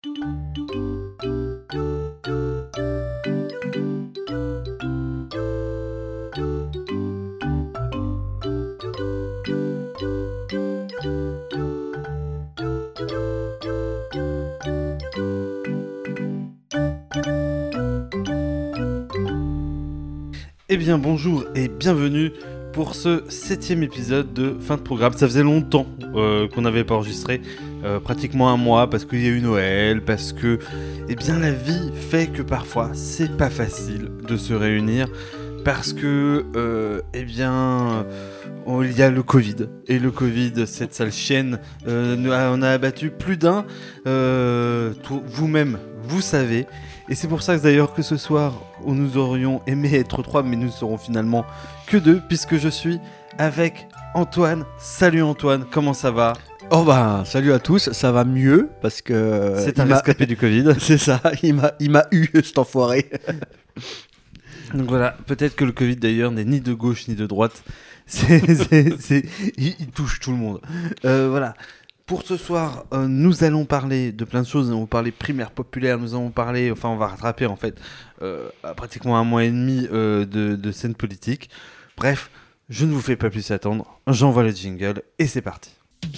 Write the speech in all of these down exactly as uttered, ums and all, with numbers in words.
Eh bien bonjour et bienvenue pour ce septième épisode de fin de programme. Ça faisait longtemps euh, qu'on n'avait pas enregistré, euh, pratiquement un mois, parce qu'il y a eu Noël, parce que eh bien, la vie fait que parfois c'est pas facile de se réunir, parce que euh, eh bien, oh, il y a le Covid, et le Covid, cette sale chienne, euh, nous a- on a abattu plus d'un, euh, tout- vous-même, vous savez. Et c'est pour ça que d'ailleurs que ce soir, nous aurions aimé être trois, mais nous serons finalement que deux, puisque je suis avec Antoine. Salut Antoine, comment ça va ? Oh bah, salut à tous, ça va mieux parce que... C'est il un m'a- rescapé du Covid. C'est ça, il m'a, il m'a eu cet enfoiré. Donc voilà, peut-être que le Covid d'ailleurs n'est ni de gauche ni de droite. C'est, c'est, c'est, il, il touche tout le monde. Euh, voilà. Pour ce soir, euh, nous allons parler de plein de choses. Nous allons parler primaire populaire, nous allons parler, enfin on va rattraper en fait euh, à pratiquement un mois et demi euh, de, de scène politique. Bref, je ne vous fais pas plus attendre. J'envoie le jingle et c'est parti.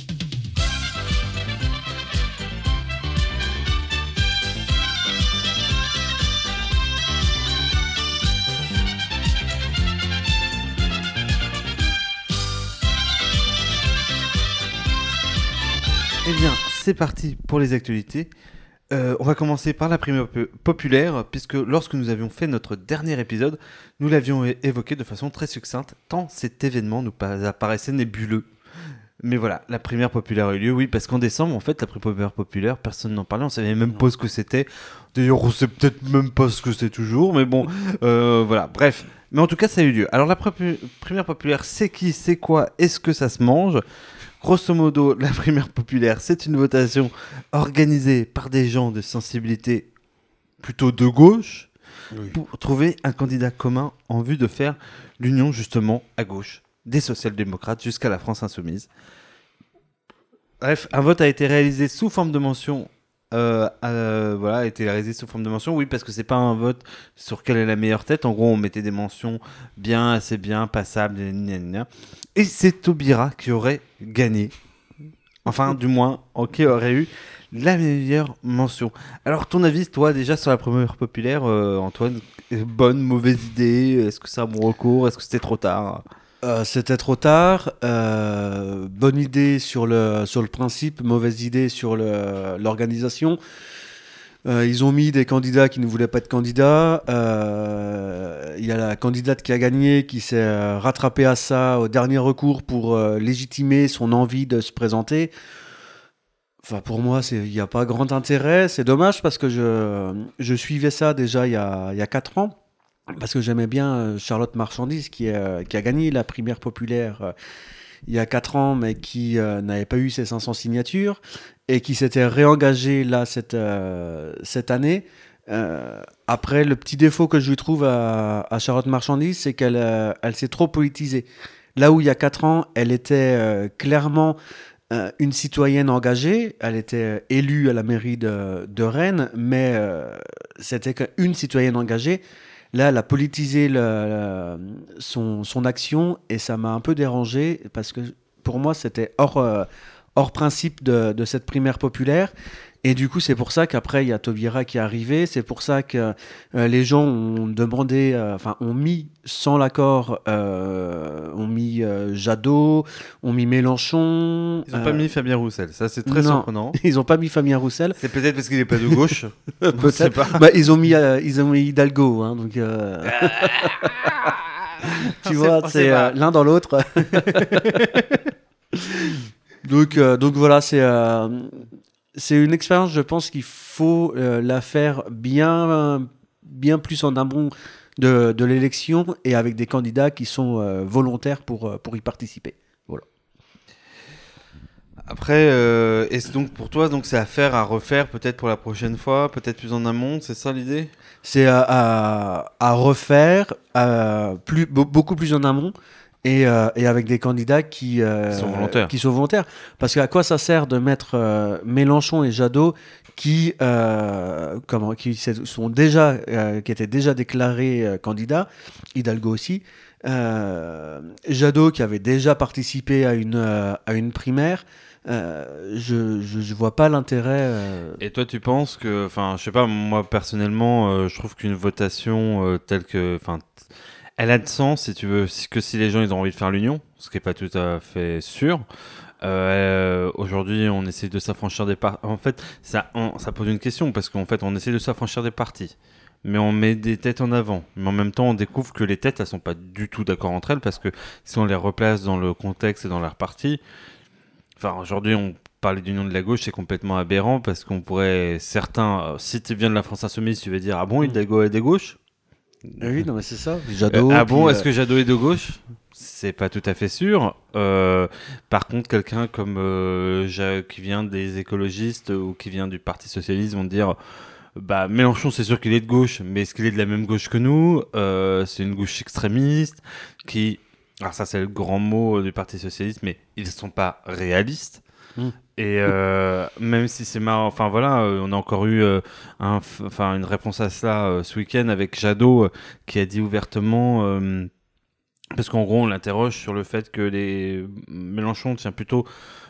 Eh bien, c'est parti pour les actualités. Euh, on va commencer par la primaire po- populaire, puisque lorsque nous avions fait notre dernier épisode, nous l'avions é- évoqué de façon très succincte, tant cet événement nous pa- apparaissait nébuleux. Mais voilà, la primaire populaire a eu lieu, oui, parce qu'en décembre, en fait, la primaire populaire, personne n'en parlait, on savait même pas ce que c'était. D'ailleurs, on sait peut-être même pas ce que c'est toujours, mais bon, euh, voilà, bref. Mais en tout cas, ça a eu lieu. Alors, la propu- primaire populaire, c'est qui, c'est quoi, est-ce que ça se mange ? Grosso modo, la primaire populaire, c'est une votation organisée par des gens de sensibilité plutôt de gauche Oui. pour trouver un candidat commun en vue de faire l'union justement à gauche des social-démocrates jusqu'à la France insoumise. Bref, un vote a été réalisé sous forme de mention. Euh, euh, voilà, a été réalisé sous forme de mention. Oui, parce que c'est pas un vote sur quelle est la meilleure tête. En gros, on mettait des mentions bien, assez bien, passable, gna gna gna. Et c'est Taubira qui aurait gagné. Enfin, du moins, qui aurait eu la meilleure mention. Alors, ton avis, toi, déjà sur la primaire populaire, euh, Antoine, bonne, mauvaise idée ? Est-ce que c'est un bon recours ? Est-ce que c'était trop tard ? Euh, c'était trop tard, euh, bonne idée sur le, sur le principe, mauvaise idée sur le, l'organisation. Euh, ils ont mis des candidats qui ne voulaient pas être candidats. Euh, Il y a la candidate qui a gagné, qui s'est euh, rattrapée à ça au dernier recours pour euh, légitimer son envie de se présenter. Enfin, pour moi, c'est- il n'y a pas grand intérêt. C'est dommage parce que je, je suivais ça déjà il y a, il y a quatre ans. Parce que j'aimais bien euh, Charlotte Marchandise qui, euh, qui a gagné la primaire populaire euh, il y a quatre ans, mais qui euh, n'avait pas eu ses cinq cents signatures et qui s'était réengagée là cette, euh, cette année. Euh, après, le petit défaut que je lui trouve à, à Charlotte Marchandise, c'est qu'elle euh, elle s'est trop politisée. Là où il y a quatre ans, elle était euh, clairement euh, une citoyenne engagée. Elle était euh, élue à la mairie de, de Rennes, mais euh, c'était qu'une citoyenne engagée. Là, elle a politisé le- le- son, son action et ça m'a un peu dérangé parce que pour moi, c'était hors, euh, hors principe de, de cette primaire populaire. Et du coup, c'est pour ça qu'après, il y a Taubira qui est arrivé. C'est pour ça que euh, les gens ont demandé, euh, enfin, ont mis, sans l'accord, euh, ont mis euh, Jadot, ont mis Mélenchon. Ils n'ont euh, pas mis Fabien Roussel, ça c'est très non. surprenant. Ils n'ont pas mis Fabien Roussel. C'est peut-être parce qu'il n'est pas de gauche. On sait Peut-être. pas. Bah, ils ont mis, euh, ils ont mis Hidalgo, hein, donc. euh, On tu sait- vois, on sait c'est pas. euh, l'un dans l'autre. donc, euh, donc voilà, c'est euh, c'est une expérience, je pense qu'il faut euh, la faire bien, bien plus en amont de, de l'élection et avec des candidats qui sont euh, volontaires pour, euh, pour y participer. Voilà. Après, euh, est-ce donc pour toi, donc c'est à faire, à refaire peut-être pour la prochaine fois, peut-être plus en amont, c'est ça l'idée ? C'est à, à, à refaire, à plus, be- beaucoup plus en amont et, euh, et avec des candidats qui, euh, Qui sont volontaires. qui sont volontaires. Parce qu'à quoi ça sert de mettre euh, Mélenchon et Jadot qui, euh, comment, qui sont déjà, euh, qui étaient déjà déclarés euh, candidats, Hidalgo aussi, euh, Jadot qui avait déjà participé à une, euh, à une primaire. Euh, je, je, je vois pas l'intérêt. euh, Et toi, tu penses que, enfin, je sais pas, moi personnellement, euh, je trouve qu'une votation euh, telle que, enfin, t- elle a de sens si tu veux, si- que si les gens ils ont envie de faire l'union, ce qui est pas tout à fait sûr. Euh, aujourd'hui, on essaie de s'affranchir des partis. En fait, ça, on- ça pose une question parce qu'en fait, on essaie de s'affranchir des partis. Mais on met des têtes en avant. Mais en même temps, on découvre que les têtes, elles sont pas du tout d'accord entre elles parce que si on les replace dans le contexte et dans leur parti, enfin, aujourd'hui, on parler d'union de la gauche, c'est complètement aberrant parce qu'on pourrait, certains, euh, si tu viens de la France Insoumise, tu vas dire, ah bon, Mm. Hidalgo est de gauche. Oui, non, mais c'est ça. Euh, Jadot. ah bon, puis, est-ce euh, que Jadot est de gauche? C'est pas tout à fait sûr. Euh, par contre, quelqu'un comme euh, Ja- qui vient des écologistes ou qui vient du Parti socialiste vont dire, bah Mélenchon, c'est sûr qu'il est de gauche, mais est-ce qu'il est de la même gauche que nous? Euh, C'est une gauche extrémiste qui, alors ça c'est le grand mot du Parti socialiste, mais ils ne sont pas réalistes. Mm. Et euh, même si c'est marrant, enfin voilà, euh, on a encore eu euh, un, f- enfin une réponse à cela euh, ce week-end avec Jadot euh, qui a dit ouvertement, euh, parce qu'en gros on l'interroge sur le fait que les Mélenchon tient plutôt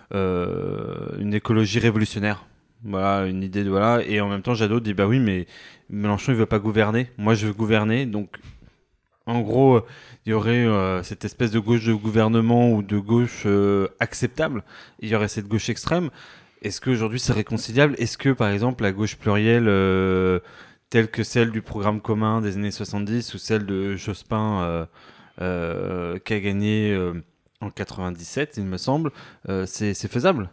euh, une écologie révolutionnaire. Voilà, une idée de voilà. Et en même temps, Jadot dit bah oui, mais Mélenchon il veut pas gouverner. Moi je veux gouverner. Donc en gros, il y aurait euh, cette espèce de gauche de gouvernement ou de gauche euh, acceptable. Il y aurait cette gauche extrême. Est-ce qu'aujourd'hui c'est réconciliable? Est-ce que par exemple la gauche plurielle, euh, telle que celle du programme commun des années soixante-dix ou celle de Jospin euh, euh, qui a gagné euh, en quatre-vingt-dix-sept, il me semble, euh, c'est c'est faisable?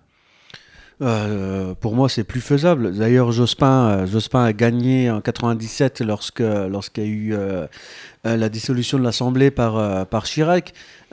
Euh, pour moi, c'est plus faisable. D'ailleurs, Jospin, euh, Jospin a gagné en quatre-vingt-dix-sept lorsque, lorsqu'il y a eu euh, euh, la dissolution de l'Assemblée par, euh, par Chirac.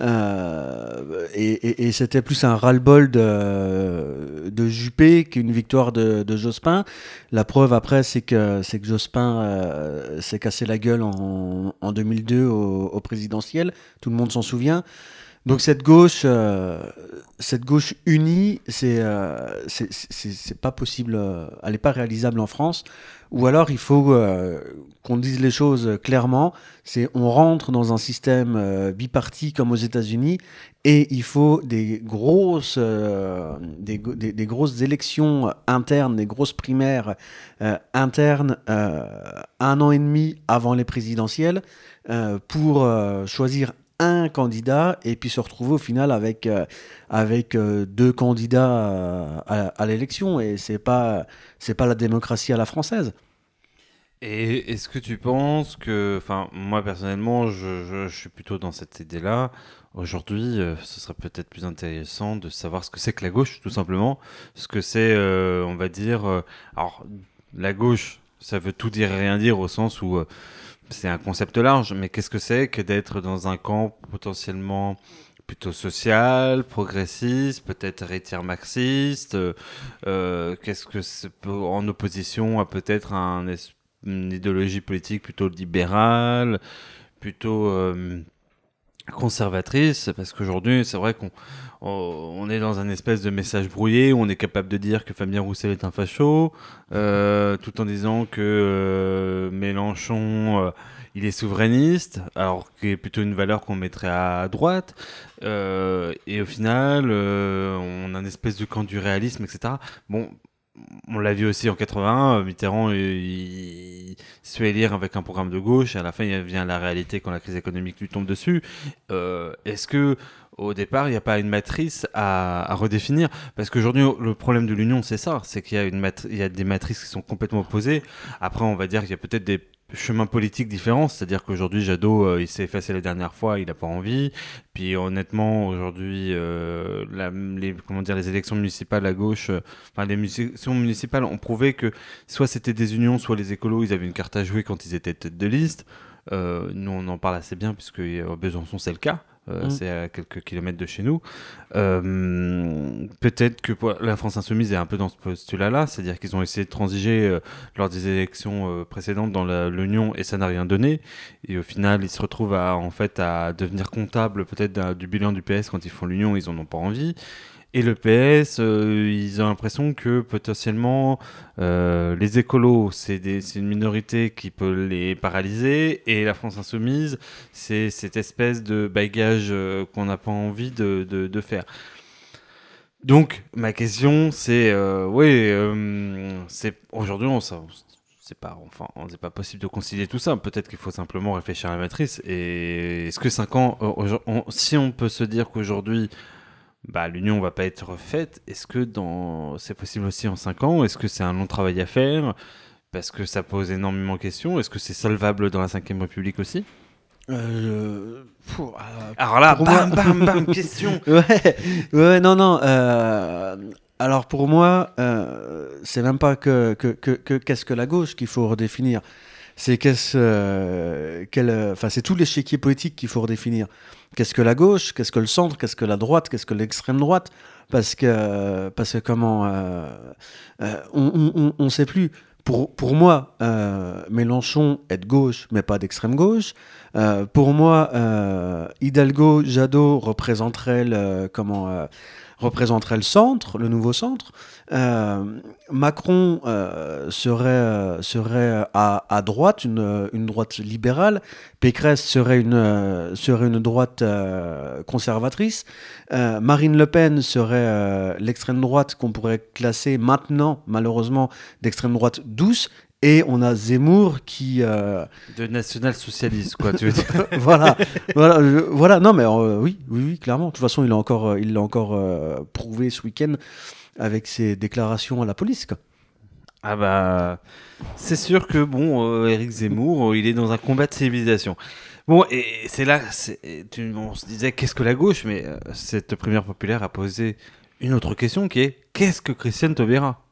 Euh, et, et- et c'était plus un ras-le-bol de, de Juppé qu'une victoire de, de Jospin. La preuve après, c'est que, c'est que Jospin euh, s'est cassé la gueule en, en deux mille deux au, au présidentiel. Tout le monde s'en souvient. Donc cette gauche, euh, cette gauche unie, c'est euh, c'est c'est- c'est pas possible, euh, elle n'est pas réalisable en France. Ou alors il faut euh, qu'on dise les choses clairement. C'est on rentre dans un système euh, biparti comme aux États-Unis et il faut des grosses, euh, des, go- des- des grosses élections internes, des grosses primaires euh, internes euh, un an et demi avant les présidentielles euh, pour euh, choisir un candidat et puis se retrouver au final avec, euh, avec euh, deux candidats euh, à, à l'élection. Et c'est pas, c'est pas la démocratie à la française. Et est-ce que tu penses que, enfin, moi personnellement, je, je- je suis plutôt dans cette idée-là. Aujourd'hui, euh, ce serait peut-être plus intéressant de savoir ce que c'est que la gauche, tout simplement. Ce que c'est, euh, on va dire, euh, alors, la gauche, ça veut tout dire et rien dire au sens où euh, c'est un concept large, mais qu'est-ce que c'est que d'être dans un camp potentiellement plutôt social, progressiste, peut-être héritière marxiste, euh, euh, qu'est-ce que c'est pour- en opposition à peut-être un es- une idéologie politique plutôt libérale, plutôt euh, conservatrice, parce qu'aujourd'hui, c'est vrai qu'on on on est dans un espèce de message brouillé où on est capable de dire que Fabien Roussel est un facho, euh, tout en disant que euh, Mélenchon, euh, il est souverainiste, alors qui est plutôt une valeur qu'on mettrait à droite. Euh, et au final, euh, on a une espèce de camp du réalisme, et cetera. Bon, on l'a vu aussi en quatre-vingt-un, euh, Mitterrand, euh, il, il se fait élire avec un programme de gauche, et à la fin, il vient la réalité quand la crise économique lui tombe dessus. Euh, est-ce que au départ, il n'y a pas une matrice à, à redéfinir? Parce qu'aujourd'hui, le problème de l'Union, c'est ça, c'est qu'il y a, une matri- il y a des matrices qui sont complètement opposées. Après, on va dire qu'il y a peut-être des chemins politiques différents, c'est-à-dire qu'aujourd'hui, Jadot, euh, il s'est effacé la dernière fois, il n'a pas envie. Puis honnêtement, aujourd'hui, euh, la- les, comment dire, les élections municipales à gauche, euh, enfin les élections municipales ont prouvé que soit c'était des unions, soit les écolos, ils avaient une carte à jouer quand ils étaient tête de liste. Euh, nous, on en parle assez bien puisque euh, Besançon, c'est le cas. Euh, Mmh. C'est à quelques kilomètres de chez nous. Euh, peut-être que pour- la France Insoumise est un peu dans ce postulat-là, c'est-à-dire qu'ils ont essayé de transiger euh, lors des élections euh, précédentes dans la- l'Union et ça n'a rien donné. Et au final, ils se retrouvent à, en fait, à devenir comptables peut-être d'un- du bilan du P S quand ils font l'Union, ils en ont pas envie. Et le P S, euh, ils ont l'impression que potentiellement euh, les écolos, c'est, des, c'est une minorité qui peut les paralyser, et la France Insoumise, c'est cette espèce de bagage euh, qu'on n'a pas envie de, de, de faire. Donc, ma question, c'est, euh, oui, euh, c'est aujourd'hui, on, ça, c'est pas, enfin, c'est pas possible de concilier tout ça. Peut-être qu'il faut simplement réfléchir à la matrice. Et est-ce que cinq ans, euh, on- si on peut se dire qu'aujourd'hui bah, l'union va pas être refaite, est-ce que dans... c'est possible aussi en cinq ans? Est-ce que c'est un long travail à faire? Parce que ça pose énormément de questions. Est-ce que c'est solvable dans la cinquième République aussi? Euh, pour, euh, Alors là, pour bam, moi- bam, bam, question. ouais, ouais, non, non. euh, alors pour moi, euh, c'est même pas que, que, que, que- qu'est-ce que la gauche qu'il faut redéfinir. C'est qu'est-ce, euh, quel, euh, enfin, c'est tout l'échiquier politique qu'il faut redéfinir. Qu'est-ce que la gauche? Qu'est-ce que le centre? Qu'est-ce que la droite? Qu'est-ce que l'extrême droite? Parce que, parce que comment, euh, euh, on, on, on, on sait plus. Pour, pour moi, euh, Mélenchon est de gauche, mais pas d'extrême gauche. Euh, pour moi, euh, Hidalgo, Jadot représenterait le, comment, euh, représenterait le centre, le nouveau centre. Euh, Macron euh, serait, euh, serait à, à droite, une, une droite libérale. Pécresse serait une, euh, serait une droite euh, conservatrice. Euh, Marine Le Pen serait euh, l'extrême droite qu'on pourrait classer maintenant, malheureusement, d'extrême droite douce. Et on a Zemmour qui... euh, De national-socialiste, quoi, tu veux dire. voilà, voilà, je- voilà. Non, mais euh, oui, oui, oui, clairement. De toute façon, il l'a encore, euh, il l'a encore euh, prouvé ce week-end avec ses déclarations à la police, quoi. Ah bah, c'est sûr que, bon, euh, Éric Zemmour, euh, il est dans un combat de civilisation. Bon, et c'est là, c'est, et tu- on se disait, qu'est-ce que la gauche? Mais euh, cette primaire populaire a posé une autre question qui est, qu'est-ce que Christiane Taubira?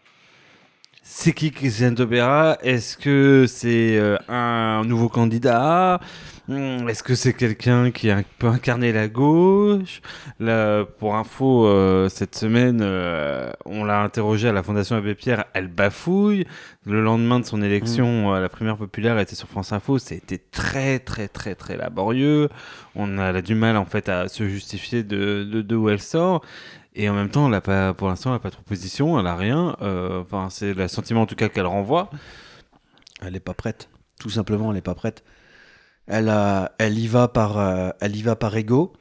C'est qui Christiane Taubira? Est-ce que c'est euh, un nouveau candidat? Hmm, Est-ce que c'est quelqu'un qui a- peut incarner la gauche? Là, pour info, euh, cette semaine, euh, on l'a interrogée à la Fondation Abbé Pierre, elle bafouille. Le lendemain de son élection à la primaire populaire, elle était sur France Info, c'était très très très très laborieux. On a, elle a du mal en fait à se justifier de, de, de où elle sort. Et en même temps, elle a pas, pour l'instant, elle n'a pas de proposition, elle n'a rien. Euh, Enfin, c'est le sentiment en tout cas qu'elle renvoie. Elle est pas prête. Tout simplement, elle est pas prête. Elle, a, elle y va par, euh, elle y va par ego.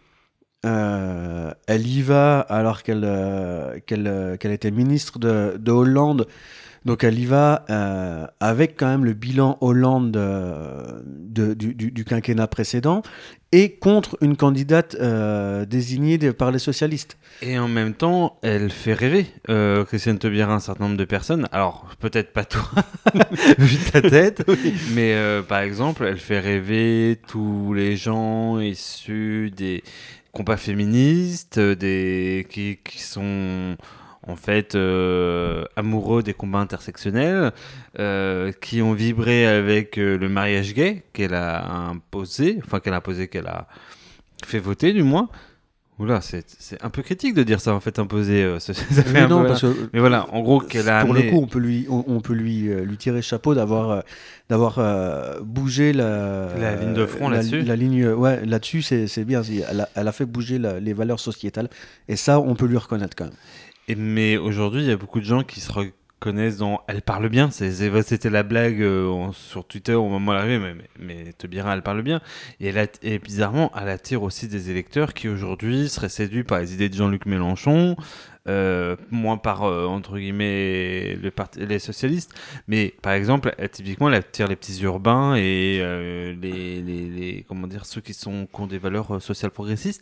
Euh, elle y va alors qu'elle, euh, qu'elle, euh, qu'elle était ministre de, de Hollande. Donc elle y va euh, avec quand même le bilan Hollande euh, de- du, du- du quinquennat précédent et contre une candidate euh, désignée de- par les socialistes. Et en même temps, elle fait rêver euh, Christiane Taubira un certain nombre de personnes. Alors, peut-être pas toi, vu ta tête, mais euh, par exemple, elle fait rêver tous les gens issus des combats féministes, euh, des qui, qui sont en fait euh, amoureux des combats intersectionnels, euh, qui ont vibré avec euh, le mariage gay qu'elle a imposé, enfin qu'elle a imposé, qu'elle a fait voter du moins. Oula, c'est, c'est un peu critique de dire ça, en fait, imposer. euh, ça, ça fait Mais un non, peu- parce que Mais voilà, en gros, qu'elle a pour amené... le coup, on peut lui, on, on peut lui, euh, lui tirer chapeau d'avoir, euh, d'avoir euh, bougé la, La ligne de front la- là-dessus. La ligne, euh, ouais, là-dessus, c'est, c'est bien. c'est- Elle a, elle a fait bouger la- les valeurs sociétales, et ça, on peut lui reconnaître quand même. Et, mais aujourd'hui, il y a beaucoup de gens qui se reconnaissent dans... Elle parle bien, c'est, c'est- c'était la blague euh, en- sur Twitter au moment de l'arrivée, mais, mais, mais Taubira, elle parle bien. Et, elle a- et bizarrement, elle attire aussi des électeurs qui aujourd'hui seraient séduits par les idées de Jean-Luc Mélenchon, euh, moins par, euh, entre guillemets, le parti, les socialistes. Mais par exemple, elle, typiquement, elle attire les petits urbains et euh, les, les, les- comment dire, ceux qui, sont, qui ont des valeurs euh, sociales progressistes.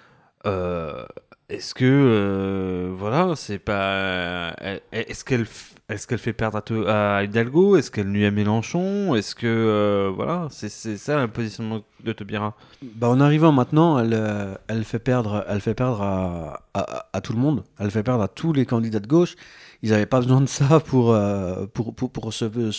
Euh, est-ce que euh, voilà, c'est pas elle- est-ce qu'elle f- est-ce qu'elle fait perdre à, To- à Hidalgo? Est-ce qu'elle nuit à Mélenchon? Est-ce que euh, voilà, c'est c'est ça le positionnement de Taubira? Bah, en arrivant maintenant, elle, euh, elle fait perdre, elle fait perdre à, à, à tout le monde. Elle fait perdre à tous les candidats de gauche. Ils n'avaient pas besoin de ça pour, euh, pour, pour, pour se,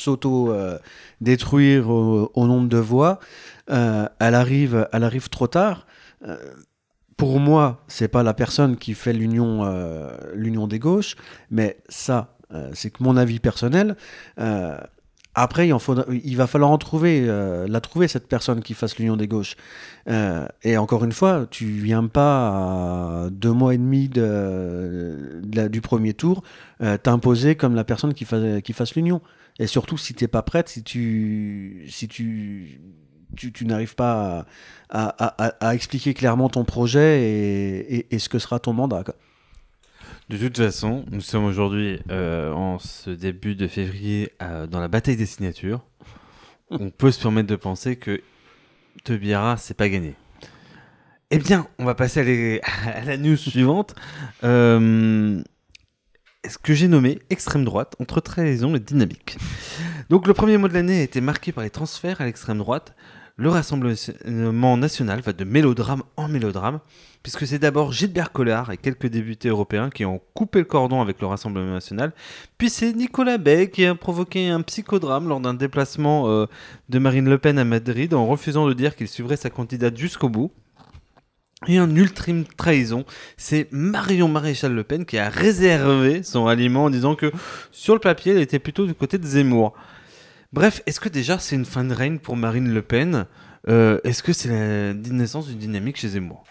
s'auto-détruire au, au nombre de voix. Euh, elle, arrive, elle arrive trop tard. euh, pour moi, c'est pas la personne qui fait l'union, euh, l'union des gauches, mais ça, euh, c'est que mon avis personnel. Euh, après, il, en faudra, il va falloir en trouver, euh, la trouver, cette personne qui fasse l'union des gauches. Euh, et encore une fois, tu viens pas à deux mois et demi de, de la- du premier tour euh, t'imposer comme la personne qui, fa- qui fasse l'union. Et surtout, si t'es pas prête, si tu, si tu, tu, tu n'arrives pas à, à- à- à expliquer clairement ton projet et, et- et ce que sera ton mandat, quoi. De toute façon, nous sommes aujourd'hui euh, en ce début de février euh, dans la bataille des signatures. On peut se permettre de penser que Taubira, c'est pas gagné. Eh bien, on va passer à, les- à la news suivante. Euh, ce que j'ai nommé extrême droite, entre trahison et dynamique. Donc le premier mois de l'année a été marqué par les transferts à l'extrême droite. Le Rassemblement national va de mélodrame en mélodrame, puisque c'est d'abord Gilbert Collard et quelques députés européens qui ont coupé le cordon avec le Rassemblement national, puis c'est Nicolas Bay qui a provoqué un psychodrame lors d'un déplacement euh, de Marine Le Pen à Madrid en refusant de dire qu'il suivrait sa candidate jusqu'au bout. Et un ultime trahison, c'est Marion Maréchal Le Pen qui a réservé son aliment en disant que sur le papier, elle était plutôt du côté de Zemmour. Bref, est-ce que déjà c'est une fin de règne pour Marine Le Pen Euh, Est-ce que c'est la naissance d'une dynamique chez Zemmour?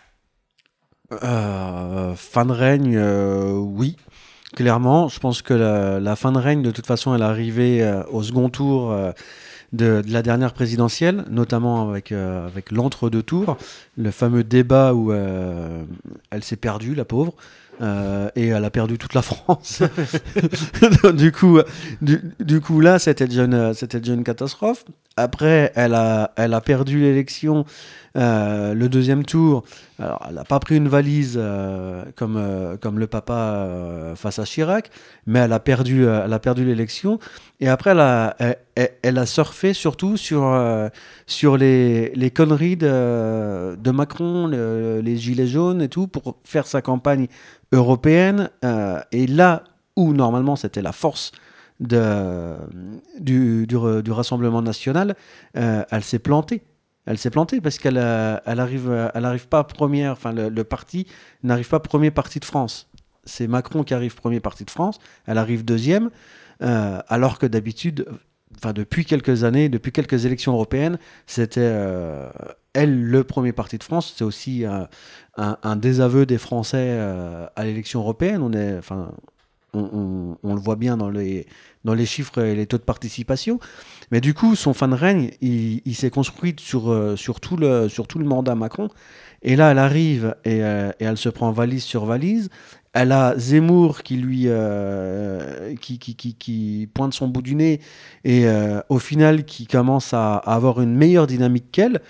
Euh, fin de règne, euh, oui. Clairement, je pense que la, la fin de règne, de toute façon, elle est arrivée euh, au second tour euh, de, de la dernière présidentielle, notamment avec, euh, avec l'entre-deux tours, le fameux débat où euh, elle s'est perdue, la pauvre, euh, et elle a perdu toute la France. du, coup, du, du coup, là, c'était déjà une, c'était déjà une catastrophe. Après, elle a, elle a perdu l'élection, euh, le deuxième tour. Alors, elle n'a pas pris une valise euh, comme, euh, comme le papa euh, face à Chirac, mais elle a perdu, euh, elle a perdu l'élection. Et après, elle a, elle, elle- elle a surfé surtout sur, euh, sur les, les conneries de, de Macron, le- les gilets jaunes et tout, pour faire sa campagne européenne. Euh, et là où, normalement, c'était la force de, du, du, du Rassemblement national, euh, elle s'est plantée. Elle s'est plantée parce qu'elle euh, elle arrive, euh, elle arrive pas première, enfin le, le parti n'arrive pas premier parti de France. C'est Macron qui arrive premier parti de France, elle arrive deuxième, euh, alors que d'habitude, enfin depuis quelques années, depuis quelques élections européennes, c'était euh, elle le premier parti de France. C'est aussi un, un- un désaveu des Français euh, à l'élection européenne. On est, enfin, on, on- on le voit bien dans les, dans les chiffres et les taux de participation. Mais du coup, son fin de règne, il, il s'est construit sur, euh, sur, tout le, sur tout le mandat Macron. Et là, elle arrive et, euh, et elle se prend valise sur valise. Elle a Zemmour qui lui euh, qui, qui, qui, qui pointe son bout du nez et euh, au final qui commence à, à avoir une meilleure dynamique qu'elle.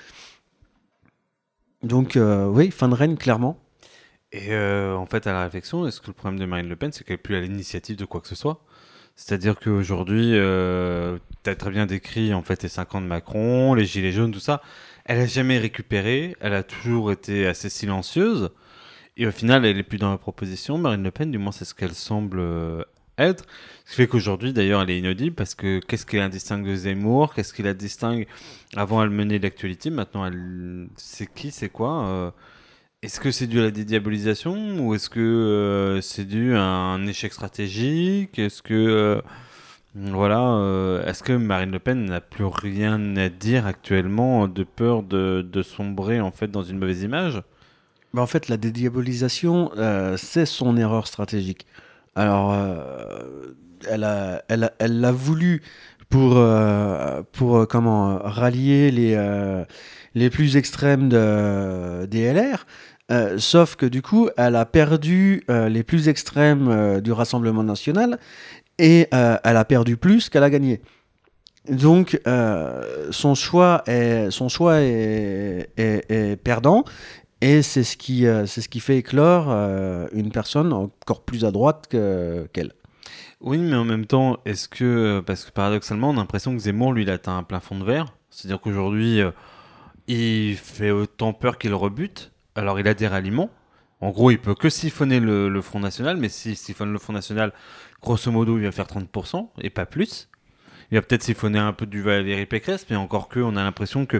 Donc euh, oui, fin de règne clairement. Et euh, en fait, à la réflexion, est-ce que le problème de Marine Le Pen, c'est qu'elle n'est plus à l'initiative de quoi que ce soit? C'est-à-dire qu'aujourd'hui, euh, tu as très bien décrit en fait les cinq ans de Macron, les gilets jaunes, tout ça. Elle a jamais récupéré, elle a toujours été assez silencieuse. Et au final, elle est plus dans la proposition. Marine Le Pen, du moins, c'est ce qu'elle semble euh, être. Ce qui fait qu'aujourd'hui, d'ailleurs, elle est inaudible parce que qu'est-ce qui la distingue de Zemmour? Qu'est-ce qui la distingue? Avant, elle menait l'actualité. Maintenant, elle, c'est qui? C'est quoi? Euh, Est-ce que c'est dû à la dédiabolisation ou est-ce que euh, c'est dû à un échec stratégique? Est-ce que euh, voilà, euh, est-ce que Marine Le Pen n'a plus rien à dire actuellement de peur de, de sombrer en fait dans une mauvaise image? Bah, en fait, la dédiabolisation, euh, c'est son erreur stratégique. Alors, euh, elle a, elle a- elle l'a voulu pour, euh, pour euh, comment, euh, rallier les, euh, les plus extrêmes de, des L R. Euh, sauf que du coup, elle a perdu euh, les plus extrêmes euh, du Rassemblement national et euh, elle a perdu plus qu'elle a gagné. Donc, euh, son choix est, son choix est, est- est perdant et c'est ce qui, euh, c'est ce qui fait éclore euh, une personne encore plus à droite que- qu'elle. Oui, mais en même temps, est-ce que, parce que paradoxalement, on a l'impression que Zemmour, lui, il atteint un plafond de verre. C'est-à-dire qu'aujourd'hui, euh, il fait autant peur qu'il rebute. Alors, il a des ralliements. En gros, il peut que siphonner le, le Front National, mais s'il siphonne le Front National, grosso modo, il va faire trente pour cent, et pas plus. Il va peut-être siphonner un peu du Valérie Pécresse, mais encore que, on a l'impression que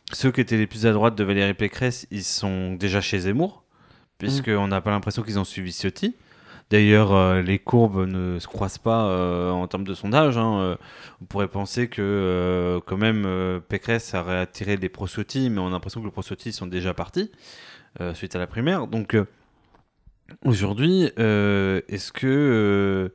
ceux qui étaient les plus à droite de Valérie Pécresse, ils sont déjà chez Zemmour, puisqu'on n'a pas l'impression qu'ils ont suivi Ciotti. D'ailleurs, euh, les courbes ne se croisent pas euh, en termes de sondage. Hein. Euh, on pourrait penser que, euh, quand même, euh, Pécresse aurait attiré les pro-Ciotti, mais on a l'impression que les pro-Ciotti sont déjà partis euh, suite à la primaire. Donc, euh, aujourd'hui, euh, est-ce que... Euh,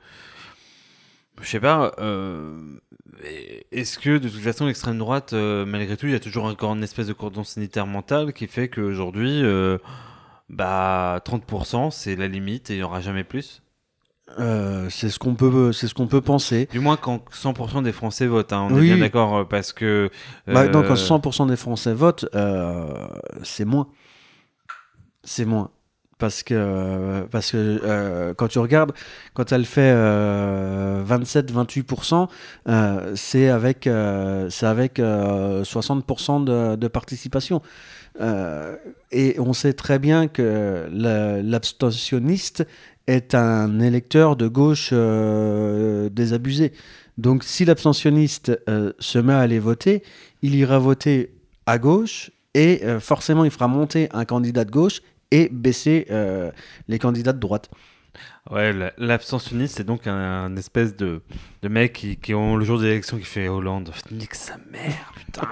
je sais pas... Euh, est-ce que, de toute façon, l'extrême droite, euh, malgré tout, il y a toujours encore une espèce de cordon sanitaire mental qui fait qu'aujourd'hui... Euh, Bah, trente pour cent, c'est la limite et il n'y aura jamais plus. Euh, c'est ce qu'on peut, c'est ce qu'on peut penser. Du moins quand cent pour cent des Français votent, hein, on Oui. est bien d'accord, parce que... Euh... Bah, donc, quand cent pour cent des Français votent, euh, c'est moins. C'est moins. Parce que, parce que euh, quand tu regardes, quand elle fait euh, vingt-sept à vingt-huit pour cent, euh, c'est avec, euh, c'est avec euh, soixante pour cent de, de participation. Euh, et on sait très bien que la, l'abstentionniste est un électeur de gauche euh, désabusé. Donc si l'abstentionniste euh, se met à aller voter, il ira voter à gauche et euh, forcément il fera monter un candidat de gauche et baisser euh, les candidats de droite. Ouais, l'abstentionniste, c'est donc un, un espèce de, de mec qui, qui, ont le jour des élections, qui fait Hollande, nique sa mère, putain.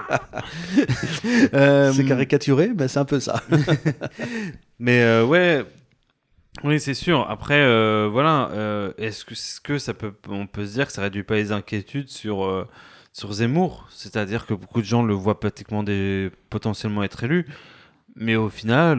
euh, c'est caricaturé, mais c'est un peu ça. Mais euh, ouais, oui, c'est sûr. Après, euh, voilà, euh, est-ce que, est-ce que ça peut, on peut se dire que ça réduit pas les inquiétudes sur, euh, sur Zemmour ? C'est-à-dire que beaucoup de gens le voient pratiquement des, potentiellement être élu, mais au final,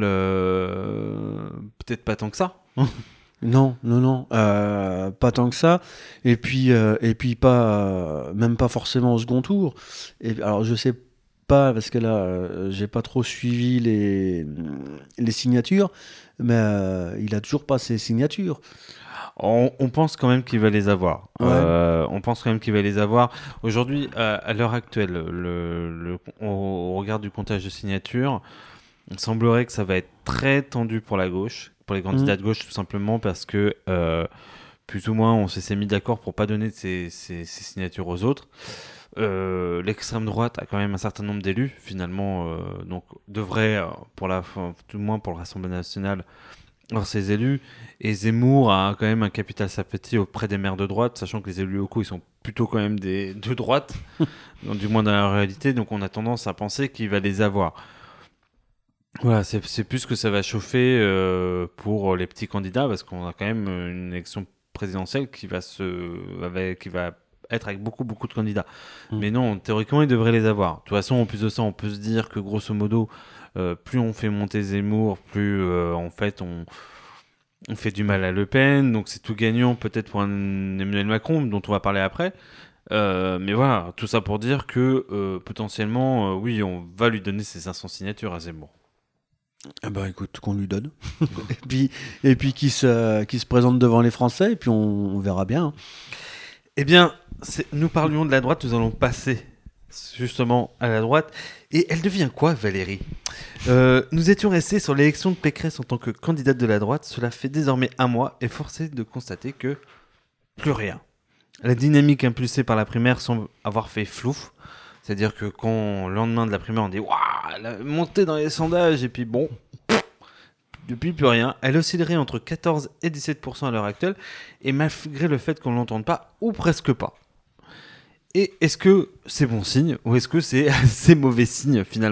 euh, peut-être pas tant que ça. Non, non, non, euh, pas tant que ça. Et puis, euh, et puis pas, euh, même pas forcément au second tour. Et alors, je sais pas parce que là, euh, j'ai pas trop suivi les les signatures, mais euh, il a toujours pas ses signatures. On, on pense quand même qu'il va les avoir. Ouais. Euh, on pense quand même qu'il va les avoir. Aujourd'hui, à, à l'heure actuelle, le, le, au, au regard du comptage de signatures, il semblerait que ça va être très tendu pour la gauche, pour les candidats mmh. de gauche, tout simplement parce que euh, plus ou moins on s'est mis d'accord pour pas donner ces, ces, ces signatures aux autres. Euh, l'extrême droite a quand même un certain nombre d'élus, finalement, euh, donc devrait, pour la, tout le moins pour le Rassemblement national, avoir ses élus. Et Zemmour a quand même un capital sympathie auprès des maires de droite, sachant que les élus locaux, ils sont plutôt quand même des, de droite, donc, du moins dans la réalité, donc on a tendance à penser qu'il va les avoir. Voilà, c'est, c'est plus que ça va chauffer euh, pour les petits candidats, parce qu'on a quand même une élection présidentielle qui va, se, avec, qui va être avec beaucoup, beaucoup de candidats. Mmh. Mais non, théoriquement, ils devraient les avoir. De toute façon, en plus de ça, on peut se dire que, grosso modo, euh, plus on fait monter Zemmour, plus, euh, en fait, on, on fait du mal à Le Pen. Donc, c'est tout gagnant, peut-être, pour un Emmanuel Macron, dont on va parler après. Euh, mais voilà, tout ça pour dire que, euh, potentiellement, euh, oui, on va lui donner ses cinq cents signatures à Zemmour. Eh ben, écoute, qu'on lui donne. et puis, et puis qu'il se, qu'il se présente devant les Français, et puis on, on verra bien. Eh bien, c'est, nous parlions de la droite, nous allons passer justement à la droite. Et elle devient quoi, Valérie ? euh, Nous étions restés sur l'élection de Pécresse en tant que candidate de la droite. Cela fait désormais un mois et force est de constater que plus rien. La dynamique impulsée par la primaire semble avoir fait flouf. C'est-à-dire que quand, le lendemain de la primaire, on dit « Waouh, elle a monté dans les sondages » et puis bon, depuis plus rien. Elle oscillerait entre quatorze et dix-sept pour cent à l'heure actuelle, et malgré le fait qu'on ne l'entende pas, ou presque pas. Et est-ce que c'est bon signe, ou est-ce que c'est assez mauvais signe finalement ?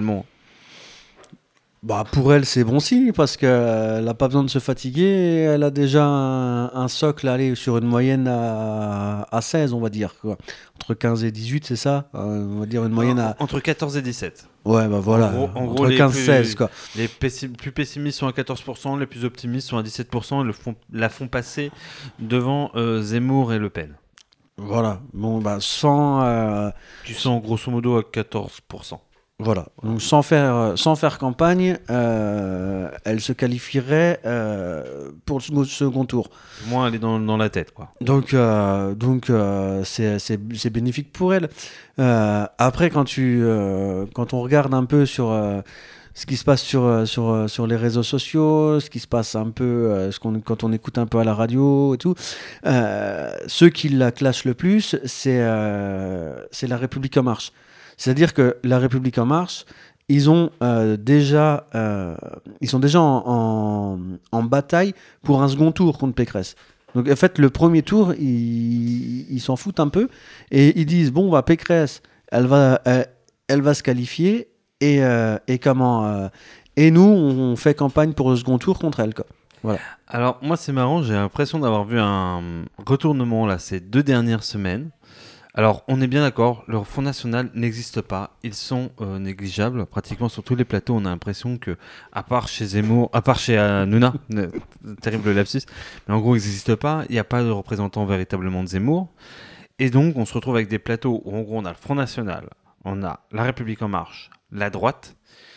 Bah pour elle, c'est bon signe parce qu'elle n'a pas besoin de se fatiguer. Elle a déjà un, un socle allez, sur une moyenne à, à seize, on va dire. Quoi. Entre quinze et dix-huit, c'est ça ? euh, On va dire une moyenne à... Entre quatorze et dix-sept. Ouais, bah voilà. En gros, en entre gros, quinze et seize, quoi. Les pessim- plus pessimistes sont à quatorze pour cent, les plus optimistes sont à dix-sept pour cent et le font, la font passer devant euh, Zemmour et Le Pen. Voilà. Bon, bah sans... Euh... Tu sens grosso modo à quatorze pour cent. Voilà, donc sans faire, sans faire campagne, euh, elle se qualifierait euh, pour le second tour. Au moins, elle est dans, dans la tête, quoi. Donc, euh, donc euh, c'est, c'est, c'est bénéfique pour elle. Euh, après, quand, tu, euh, quand on regarde un peu sur euh, ce qui se passe sur, sur, sur les réseaux sociaux, ce qui se passe un peu, euh, ce qu'on, quand on écoute un peu à la radio et tout, euh, ceux qui la clashent le plus, c'est, euh, c'est La République En Marche. C'est-à-dire que La République En Marche, ils ont euh, déjà, euh, ils sont déjà en, en, en bataille pour un second tour contre Pécresse. Donc en fait, le premier tour, ils, ils s'en foutent un peu et ils disent bon, bah Pécresse, elle va, elle, elle va se qualifier et, euh, et comment euh, et nous, on fait campagne pour le second tour contre elle, quoi. Voilà. Alors moi c'est marrant, j'ai l'impression d'avoir vu un retournement là ces deux dernières semaines. Alors on est bien d'accord, le Front National n'existe pas, ils sont euh, négligeables, pratiquement sur tous les plateaux on a l'impression que, à part chez Zemmour, à part chez euh, Nouna, euh, terrible lapsus, mais en gros ils n'existent pas, il n'y a pas de représentant véritablement de Zemmour, et donc on se retrouve avec des plateaux où en gros on a le Front National, on a La République En Marche, la droite,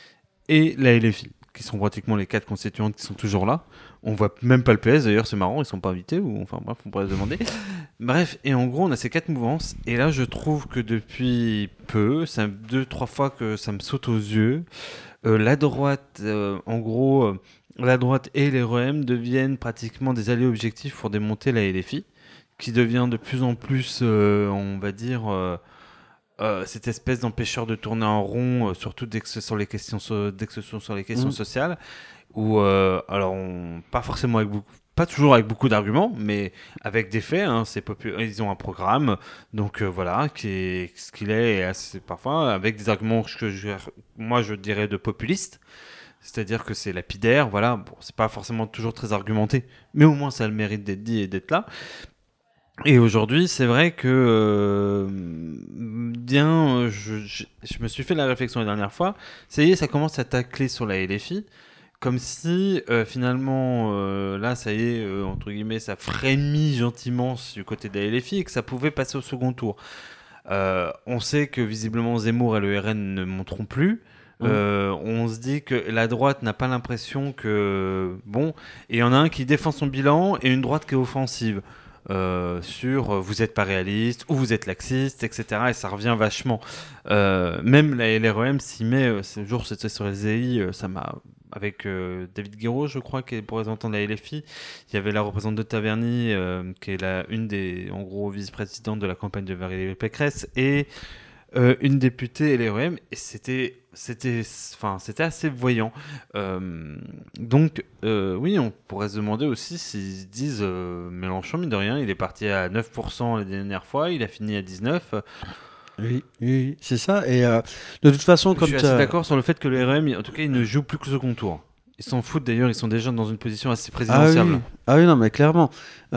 et la L F I, qui sont pratiquement les quatre constituantes qui sont toujours là. On voit même pas le P S d'ailleurs, c'est marrant, ils sont pas invités, ou enfin bref, on pourrait se demander. Bref, et en gros, on a ces quatre mouvances, et là, je trouve que depuis peu, ça deux, trois fois que ça me saute aux yeux, euh, la droite, euh, en gros, euh, la droite et les R E M deviennent pratiquement des alliés objectifs pour démonter la L F I, qui devient de plus en plus, euh, on va dire... Euh, Euh, cette espèce d'empêcheur de tourner en rond, euh, surtout dès que ce sont les questions, so- dès que ce sont sur les questions Mmh. sociales, où euh, alors on, pas forcément avec beaucoup, pas toujours avec beaucoup d'arguments, mais avec des faits. Hein, c'est popu- ils ont un programme, donc euh, voilà, qui est ce qu'il est, et assez, parfois avec des arguments que je, moi je dirais de populistes. C'est-à-dire que c'est lapidaire, voilà. Bon, c'est pas forcément toujours très argumenté, mais au moins ça a le mérite d'être dit et d'être là. Et aujourd'hui, c'est vrai que euh, bien, euh, je, je, je me suis fait la réflexion la dernière fois. Ça y est, ça commence à tacler sur la L F I, comme si euh, finalement, euh, là, ça y est, euh, entre guillemets, ça frémit gentiment du côté de la L F I et que ça pouvait passer au second tour. Euh, on sait que visiblement Zemmour et le R N ne monteront plus. Mmh. Euh, on se dit que la droite n'a pas l'impression que bon, et il y en a un qui défend son bilan et une droite qui est offensive. Euh, sur euh, vous êtes pas réaliste ou vous êtes laxiste, et cetera. Et ça revient vachement. Euh, même la L R E M s'y met. Euh, ce jour, c'était sur L Z I, euh, ça m'a. Avec euh, David Guiraud, je crois, qui est représentant de la L F I. Il y avait la représentante de Taverny, euh, qui est la, une des, en gros, vice-présidentes de la campagne de Valérie Pécresse, et euh, une députée L R E M, et c'était, c'était, enfin, c'était assez voyant. Euh, donc, euh, oui, on pourrait se demander aussi s'ils disent euh, Mélenchon, mine de rien, il est parti à neuf pour cent la dernière fois, il a fini à dix-neuf pour cent. Oui, oui, c'est ça. Et euh, de toute façon, Je comme suis assez d'accord sur le fait que le R E M, en tout cas, il ne joue plus que ce second tour. Ils s'en foutent d'ailleurs, ils sont déjà dans une position assez Ah présidentielle. oui, ah oui, non, mais clairement.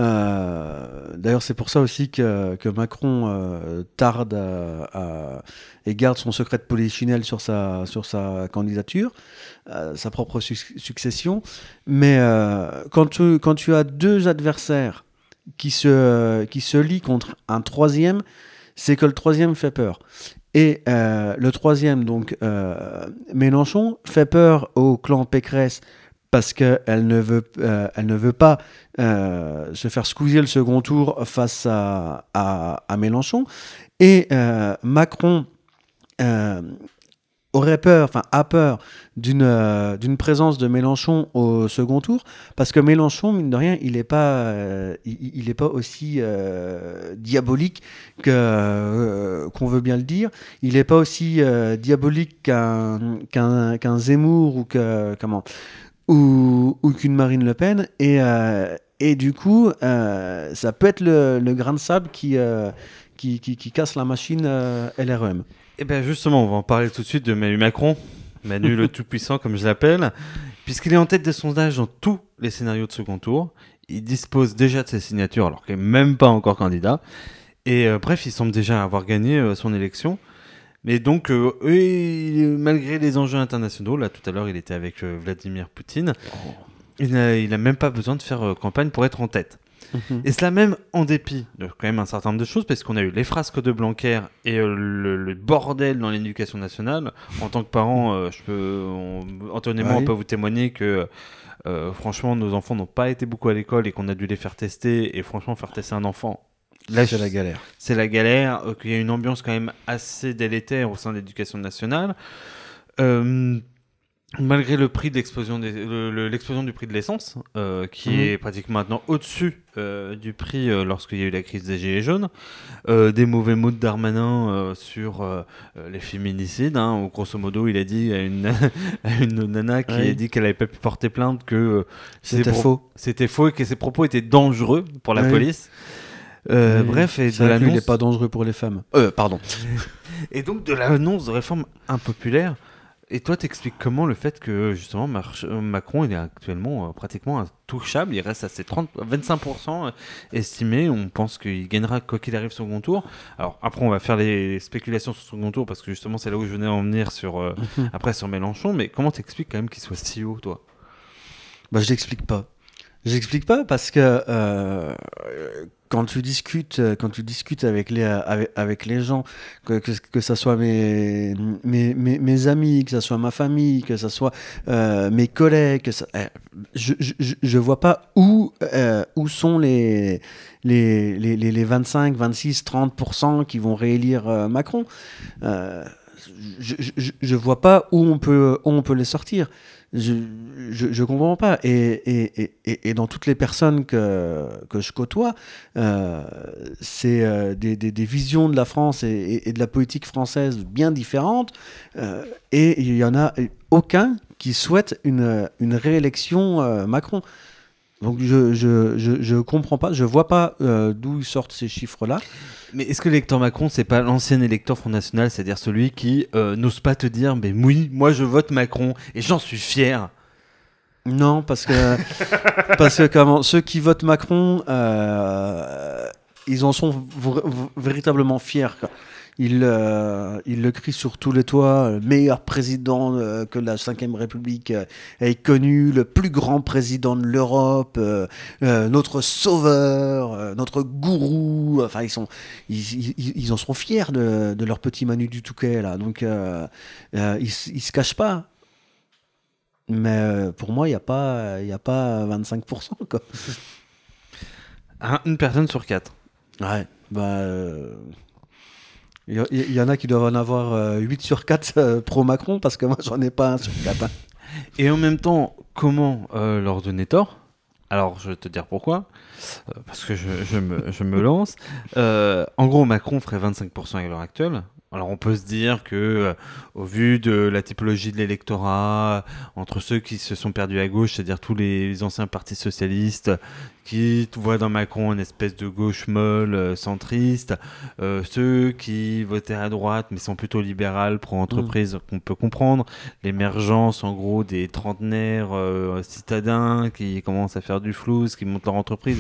Euh, d'ailleurs, c'est pour ça aussi que, que Macron euh, tarde à, à- et garde son secret de polichinelle sur sa, sur sa candidature, euh, sa propre suc- succession. Mais euh, quand tu, quand tu as deux adversaires qui se, qui se lient contre un troisième, c'est que le troisième fait peur. Et euh, le troisième, donc euh, Mélenchon, fait peur au clan Pécresse parce qu'elle ne veut, euh, elle ne veut pas euh, se faire squeezer le second tour face à, à, à Mélenchon. Et euh, Macron euh, aurait peur, enfin a peur d'une euh, d'une présence de Mélenchon au second tour, parce que Mélenchon, mine de rien, il n'est pas, euh, il, il est pas aussi euh, diabolique que, euh, qu'on veut bien le dire. Il n'est pas aussi euh, diabolique qu'un, qu'un, qu'un Zemmour ou, que, comment, ou, ou qu'une Marine Le Pen. Et, euh, et du coup, euh, ça peut être le, le grain de sable qui, euh, qui, qui, qui casse la machine euh, L R E M. Et bien justement, on va en parler tout de suite de Manu Macron, Manu le tout-puissant comme je l'appelle, puisqu'il est en tête des sondages dans tous les scénarios de second tour. Il dispose déjà de ses signatures alors qu'il n'est même pas encore candidat. Et euh, bref, il semble déjà avoir gagné euh, son élection. Mais donc, euh, et, malgré les enjeux internationaux, là tout à l'heure il était avec euh, Vladimir Poutine, il n'a il a même pas besoin de faire euh, campagne pour être en tête. Mhm. Et cela même en dépit de quand même un certain nombre de choses, parce qu'on a eu les frasques de Blanquer et euh, le, le bordel dans l'éducation nationale. En tant que parent, euh, je peux, on, Antoine et moi, Oui. on peut vous témoigner que euh, franchement, nos enfants n'ont pas été beaucoup à l'école et qu'on a dû les faire tester. Et franchement, faire tester un enfant, là, C'est je- la galère. c'est la galère. euh, qu'il y a une ambiance quand même assez délétère au sein de l'éducation nationale. Euh, Malgré le prix de l'explosion, des, le- le- l'explosion du prix de l'essence, euh, qui Mhm. est pratiquement maintenant au-dessus euh, du prix euh, lorsqu'il y a eu la crise des Gilets jaunes, euh, des mauvais mots de Darmanin euh, sur euh, euh, les féminicides, hein, où grosso modo il a dit à une, à une nana qui a Oui. dit qu'elle n'avait pas pu porter plainte que euh, ses C'était pro- faux. c'était faux et que ses propos étaient dangereux pour la Oui. police. Euh, Oui. bref, et C'est de vrai que lui, il l'annonce. n'est pas dangereux pour les femmes. Euh, pardon. Et donc de l'annonce de réforme impopulaire. Et toi, t'expliques comment le fait que justement Mar- Macron il est actuellement euh, pratiquement intouchable, il reste à ses trente, vingt-cinq pour cent estimés, on pense qu'il gagnera quoi qu'il arrive son second tour. Alors après on va faire les spéculations sur son second tour parce que justement c'est là où je venais en venir sur, euh, après sur Mélenchon, mais comment t'expliques quand même qu'il soit si haut toi? Bah, je l'explique pas. Je l'explique pas parce que euh, quand tu discutes, quand tu discutes avec les avec, avec les gens, que, que que ça soit mes mes, mes mes amis, que ça soit ma famille, que ça soit euh, mes collègues, que ça, eh, je, je je je vois pas où euh, où sont les les les les les vingt-cinq, vingt-six, trente pour cent qui vont réélire euh, Macron. Euh, je, je, je je vois pas où on peut où on peut les sortir. Je, je, je comprends pas. Et, et, et- et, et dans toutes les personnes que, que je côtoie, euh, c'est euh, des, des, des visions de la France et, et- et de la politique française bien différentes. Euh, et il y en a aucun qui souhaite une, une réélection euh, Macron. Donc je, je, je, je comprends pas, je vois pas euh, d'où sortent ces chiffres-là. Mais est-ce que l'électeur Macron, c'est pas l'ancien électeur Front National, c'est-à-dire celui qui euh, n'ose pas te dire, mais oui, moi je vote Macron et j'en suis fier. Non, parce que parce que comment, ceux qui votent Macron, euh, ils en sont vr- v- véritablement fiers, quoi. Ils, euh, ils le crient sur tous les toits, le meilleur président euh, que la cinquième République euh, ait connu, le plus grand président de l'Europe, euh, euh, notre sauveur, euh, notre gourou. Enfin, ils sont, ils, ils, ils en sont fiers de, de leur petit Manu du Touquet là. Donc, euh, euh, ils, s- ils se cachent pas. Mais euh, pour moi, il n'y a pas, il y a pas vingt-cinq pour cent, quoi. Un- une personne sur quatre. Ouais. Bah, euh, il y, il y en a qui doivent en avoir euh, huit sur quatre euh, pro-Macron, parce que moi, j'en ai pas un sur quatre, hein. Et en même temps, comment euh, leur donner tort? Alors, je vais te dire pourquoi. Euh, parce que je, je me, je me lance. Euh, en gros, Macron ferait vingt-cinq pour cent à l'heure actuelle. Alors, on peut se dire que, euh, au vu de la typologie de l'électorat, entre ceux qui se sont perdus à gauche, c'est-à-dire tous les anciens partis socialistes, qui voient dans Macron une espèce de gauche molle, euh, centriste, euh, ceux qui votaient à droite mais sont plutôt libérales, pro-entreprise, qu'on peut comprendre, l'émergence en gros des trentenaires euh, citadins qui commencent à faire du flouze, qui montent leur entreprise.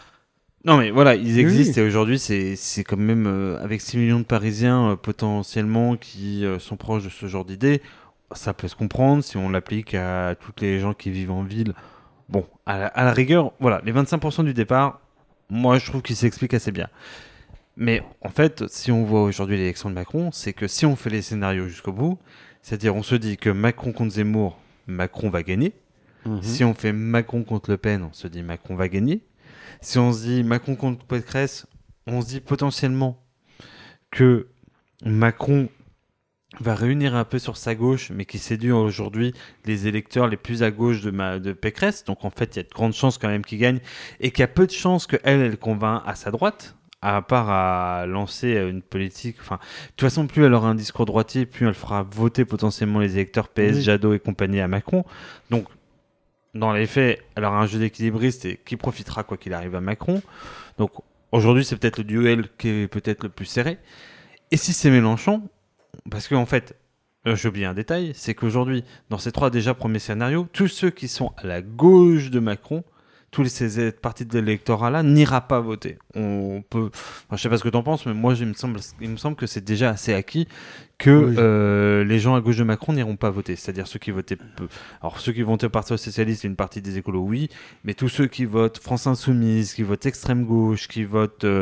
Non mais voilà, ils Oui, existent oui. et aujourd'hui c'est c'est quand même euh, avec six millions de Parisiens euh, potentiellement qui euh, sont proches de ce genre d'idée, ça peut se comprendre si on l'applique à toutes les gens qui vivent en ville. Bon, à la, à la rigueur, voilà, les vingt-cinq pour cent du départ, moi je trouve qu'ils s'expliquent assez bien. Mais en fait, si on voit aujourd'hui l'élection de Macron, c'est que si on fait les scénarios jusqu'au bout, c'est-à-dire on se dit que Macron contre Zemmour, Macron va gagner. Mhm. Si on fait Macron contre Le Pen, on se dit Macron va gagner. Si on se dit Macron contre Pécresse, on se dit potentiellement que Macron va réunir un peu sur sa gauche, mais qui séduit aujourd'hui les électeurs les plus à gauche de, ma, de Pécresse. Donc en fait, il y a de grandes chances quand même qu'il gagne et qu'il y a peu de chances qu'elle, elle convainc à sa droite, à part à lancer une politique. Enfin, de toute façon, plus elle aura un discours droitier, plus elle fera voter potentiellement les électeurs P S, Oui. Jadot et compagnie à Macron. Donc, dans les faits, elle aura un jeu d'équilibriste et qui profitera quoi qu'il arrive à Macron. Donc aujourd'hui, c'est peut-être le duel qui est peut-être le plus serré. Et si c'est Mélenchon, parce qu'en fait, euh, j'ai oublié un détail, c'est qu'aujourd'hui, dans ces trois déjà premiers scénarios, tous ceux qui sont à la gauche de Macron, tous ces partis de l'électorat-là, n'ira pas voter. On peut, enfin, je sais pas ce que tu en penses, mais moi, il me semble, il me semble que c'est déjà assez acquis que Oui. euh, les gens à gauche de Macron n'iront pas voter. C'est-à-dire ceux qui votaient peu. Alors ceux qui vont voter au Parti socialiste et une partie des écolos, oui, mais tous ceux qui votent France Insoumise, qui votent extrême gauche, qui votent, euh,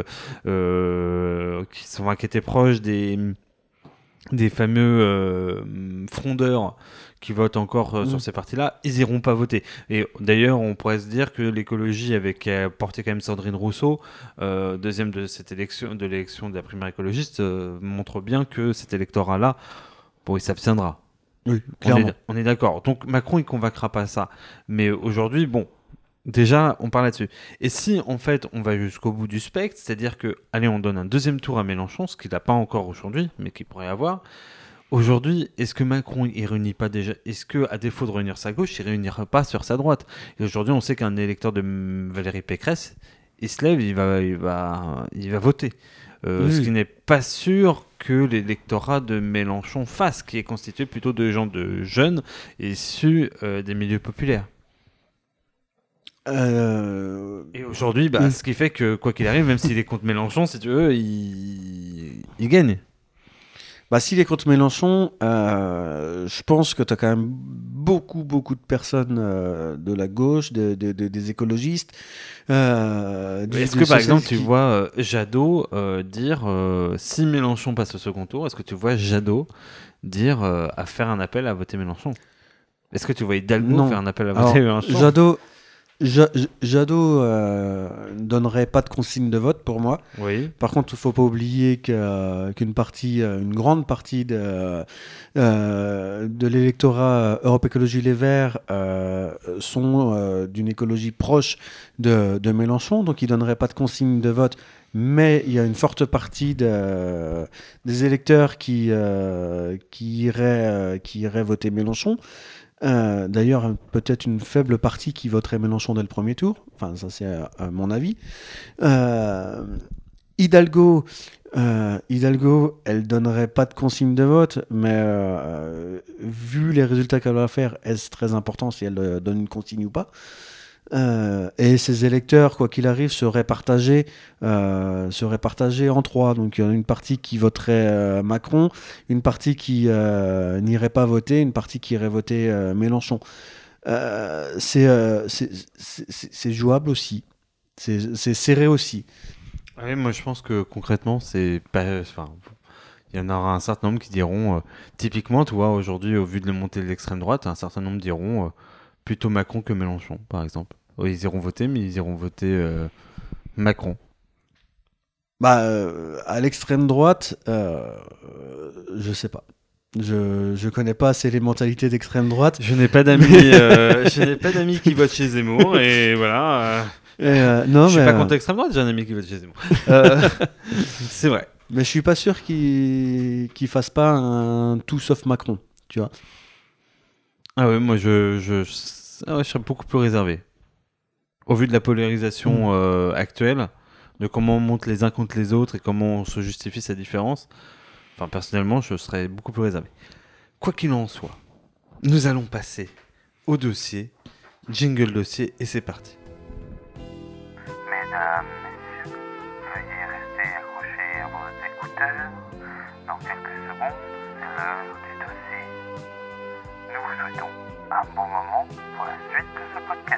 euh, qui sont qui étaient proches des des fameux euh, frondeurs qui votent encore euh, Mmh. sur ces partis-là, ils iront pas voter. Et d'ailleurs, on pourrait se dire que l'écologie, avec qui a porté quand même Sandrine Rousseau, euh, deuxième de cette élection, de l'élection de la primaire écologiste, euh, montre bien que cet électorat-là, bon, il s'abstiendra. Oui, On clairement. est, on est d'accord. Donc Macron, il convaincra pas ça. Mais aujourd'hui, bon, déjà, on parle là-dessus. Et si, en fait, on va jusqu'au bout du spectre, c'est-à-dire que, allez, on donne un deuxième tour à Mélenchon, ce qu'il n'a pas encore aujourd'hui, mais qu'il pourrait avoir. Aujourd'hui, est-ce que Macron, il réunit pas déjà... Est-ce que, à défaut de réunir sa gauche, il réunira pas sur sa droite? Et aujourd'hui, on sait qu'un électeur de mm, Valérie Pécresse, il se lève, il va, il va, il va voter. Euh, Oui, ce oui. qui n'est pas sûr que l'électorat de Mélenchon fasse, qui est constitué plutôt de gens de jeunes issus euh, des milieux populaires. Euh, Et aujourd'hui, bah, oui. ce qui fait que, quoi qu'il arrive, même s'il est contre Mélenchon, si tu veux, il, il gagne. Bah, s'il est contre Mélenchon, euh, je pense que tu as quand même beaucoup, beaucoup de personnes euh, de la gauche, de- de- de- des écologistes. euh, du- Est-ce des que, par exemple, socialistes tu qui- vois euh, Jadot euh, dire, euh, si Mélenchon passe au second tour, est-ce que tu vois Jadot dire euh, à faire un appel à voter Mélenchon? Est-ce que tu vois Hidalgo Non. faire un appel à Alors, voter Mélenchon? Jadot, Ja- Ja- Jadot euh, ne donnerait pas de consigne de vote pour moi. Oui. Par contre, il ne faut pas oublier que, euh, qu'une partie, euh, une grande partie de, euh, de l'électorat Europe Écologie Les Verts euh, sont euh, d'une écologie proche de, de Mélenchon, donc ils ne donneraient pas de consigne de vote. Mais il y a une forte partie de- des électeurs qui, euh, qui, iraient, euh, qui iraient voter Mélenchon. Euh, D'ailleurs, peut-être une faible partie qui voterait Mélenchon dès le premier tour. Enfin, ça c'est à, à mon avis. Euh, Hidalgo, euh, Hidalgo, elle donnerait pas de consigne de vote, mais euh, vu les résultats qu'elle va faire, est-ce très important si elle euh, donne une consigne ou pas? Euh, et ses électeurs, quoi qu'il arrive, seraient partagés, euh, seraient partagés en trois. Donc il y en a une partie qui voterait euh, Macron, une partie qui euh, n'irait pas voter, une partie qui irait voter euh, Mélenchon. Euh, c'est euh, c'est- c'est- c'est- c'est jouable aussi. C'est c'est serré aussi. Ouais, moi je pense que concrètement, c'est pas. Enfin, il y en aura un certain nombre qui diront. euh, typiquement, tu vois, aujourd'hui, au vu de la montée de l'extrême droite, un certain nombre diront euh, plutôt Macron que Mélenchon, par exemple. Oui, ils iront voter, mais ils iront voter euh, Macron. Bah, euh, à l'extrême droite, euh, je sais pas. Je, je connais pas assez les mentalités d'extrême droite. Je n'ai pas d'amis, euh, je n'ai pas d'amis qui votent chez Zemmour, et voilà. euh, Et, euh, non, je suis mais, pas euh, contre l'extrême droite, j'ai un ami qui vote chez Zemmour. Euh, c'est vrai. mais je suis pas sûr qu'il qu'il fasse pas un tout sauf Macron, tu vois. Ah ouais, moi je, je, je- ah ouais, je serais beaucoup plus réservé. Au vu de la polarisation euh, actuelle, de comment on monte les uns contre les autres et comment on se justifie sa différence, enfin personnellement, je serais beaucoup plus réservé. Quoi qu'il en soit, nous allons passer au dossier, jingle dossier, et c'est parti. Mesdames, messieurs, veuillez rester accrochés à vos écouteurs. Dans quelques secondes, c'est l'heure du dossier. Nous vous souhaitons un bon moment pour la suite de ce podcast.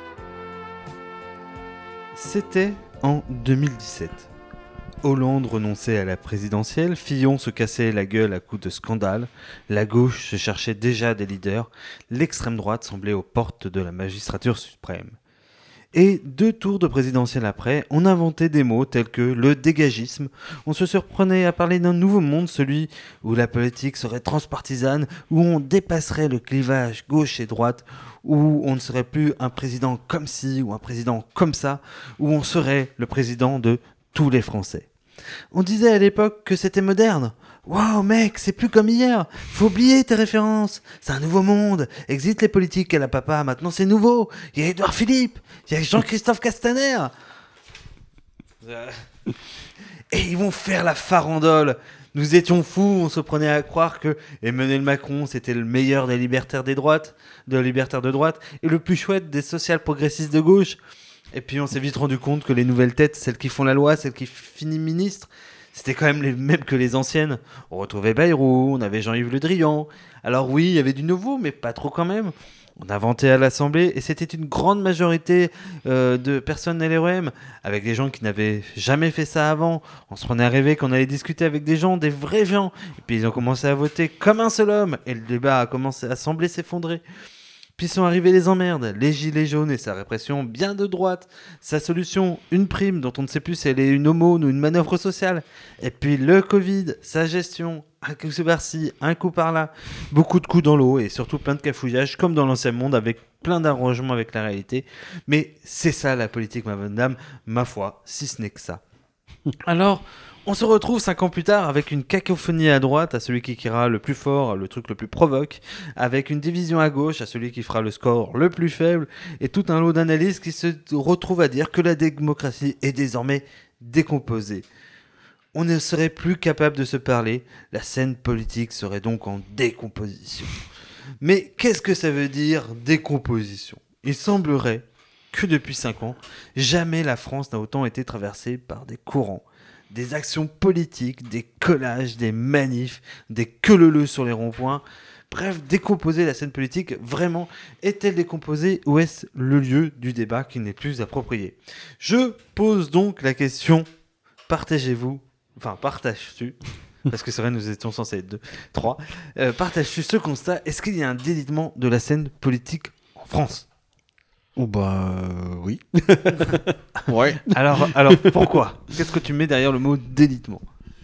C'était en deux mille dix-sept. Hollande renonçait à la présidentielle, Fillon se cassait la gueule à coups de scandales, la gauche se cherchait déjà des leaders, l'extrême droite semblait aux portes de la magistrature suprême. Et deux tours de présidentielle après, on inventait des mots tels que le dégagisme, on se surprenait à parler d'un nouveau monde, celui où la politique serait transpartisane, où on dépasserait le clivage gauche et droite, où on ne serait plus un président comme ci ou un président comme ça, où on serait le président de tous les Français. On disait à l'époque que c'était moderne. Waouh mec, c'est plus comme hier. Faut oublier tes références. C'est un nouveau monde. Exit les politiques à la papa. Maintenant c'est nouveau. Il y a Édouard Philippe. Il y a Jean-Christophe Castaner. Et ils vont faire la farandole. Nous étions fous. On se prenait à croire que Emmanuel Macron c'était le meilleur des libertaires des droites, de libertaires de droite, et le plus chouette des social-progressistes de gauche. Et puis on s'est vite rendu compte que les nouvelles têtes, celles qui font la loi, celles qui finissent ministres, c'était quand même les mêmes que les anciennes. On retrouvait Bayrou, on avait Jean-Yves Le Drian. Alors oui, il y avait du nouveau, mais pas trop quand même. On inventait à l'Assemblée, et c'était une grande majorité euh, de personnes L R E M, avec des gens qui n'avaient jamais fait ça avant. On se prenait à rêver qu'on allait discuter avec des gens, des vrais gens. Et puis ils ont commencé à voter comme un seul homme, et le débat a commencé à sembler s'effondrer. Puis sont arrivés les emmerdes, les gilets jaunes et sa répression bien de droite. Sa solution, une prime dont on ne sait plus si elle est une aumône ou une manœuvre sociale. Et puis le Covid, sa gestion, un coup par-ci, un coup par-là, beaucoup de coups dans l'eau et surtout plein de cafouillages, comme dans l'ancien monde, avec plein d'arrangements avec la réalité. Mais c'est ça la politique, ma bonne dame, ma foi, si ce n'est que ça. Alors, on se retrouve cinq ans plus tard avec une cacophonie à droite, à celui qui criera le plus fort, le truc le plus provoque, avec une division à gauche, à celui qui fera le score le plus faible, et tout un lot d'analyses qui se retrouvent à dire que la démocratie est désormais décomposée. On ne serait plus capable de se parler, la scène politique serait donc en décomposition. Mais qu'est-ce que ça veut dire décomposition ? Il semblerait que depuis cinq ans, jamais la France n'a autant été traversée par des courants, des actions politiques, des collages, des manifs, des queue-leu-leu sur les ronds-points. Bref, décomposer la scène politique, vraiment, est-elle décomposée ou est-ce le lieu du débat qui n'est plus approprié ? Je pose donc la question, partagez-vous Enfin, partages-tu, parce que c'est vrai, nous étions censés être deux, trois, euh, partages-tu ce constat ? Est-ce qu'il y a un délitement de la scène politique en France ? Oh bah euh, oui. Ouais. Alors, alors pourquoi ? Qu'est-ce que tu mets derrière le mot délitement ?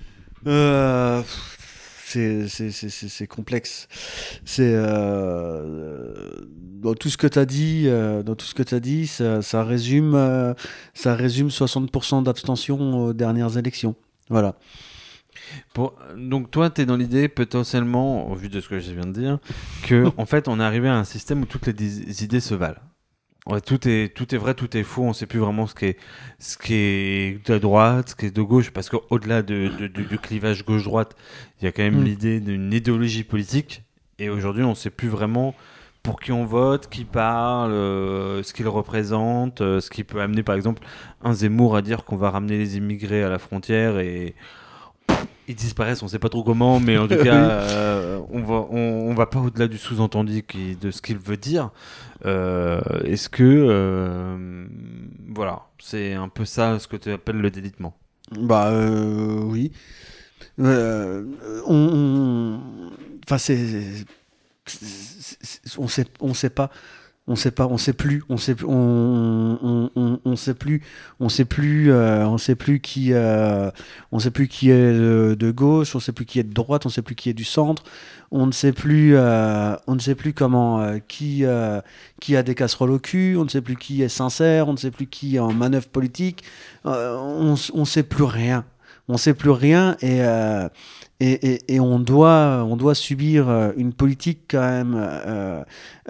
euh, c'est, c'est, c'est, c'est, c'est complexe. C'est euh, dans tout ce que tu as dit, euh, dans tout ce que tu as dit, ça, ça résume, euh, ça résume soixante pour cent d'abstention aux dernières élections. Voilà. Pour, donc toi, tu es dans l'idée potentiellement, au vu de ce que je viens de dire, que en fait, on est arrivé à un système où toutes les dis- idées se valent. Ouais, tout est tout est vrai, tout est faux. On ne sait plus vraiment ce qui est ce qui est de droite, ce qui est de gauche, parce qu'au-delà de, de, de, du clivage gauche-droite, il y a quand même Mm. l'idée d'une idéologie politique. Et aujourd'hui, on ne sait plus vraiment pour qui on vote, qui parle, euh, ce qu'il représente, euh, ce qui peut amener par exemple un Zemmour à dire qu'on va ramener les immigrés à la frontière et ils disparaissent, on ne sait pas trop comment, mais en tout cas, euh, on va, on, on va pas au-delà du sous-entendu qui, de ce qu'il veut dire. Euh, est-ce que, euh, voilà, c'est un peu ça ce que tu appelles le délitement ? Bah euh, oui. Euh, on, on- enfin c'est, c'est- c'est- on sait, on sait pas. On sait pas, on sait plus, on sait, on, on, on, on sait plus, on sait plus, euh, on sait plus qui, euh, on sait plus qui est de, de gauche, on sait plus qui est de droite, on sait plus qui est du centre, on ne sait plus, euh, on ne sait plus comment, euh, qui, euh, qui a des casseroles au cul, on ne sait plus qui est sincère, on ne sait plus qui est en manœuvre politique, euh, on, on sait plus rien, on sait plus rien et euh, Et, et, et on doit, on doit subir une politique quand même euh,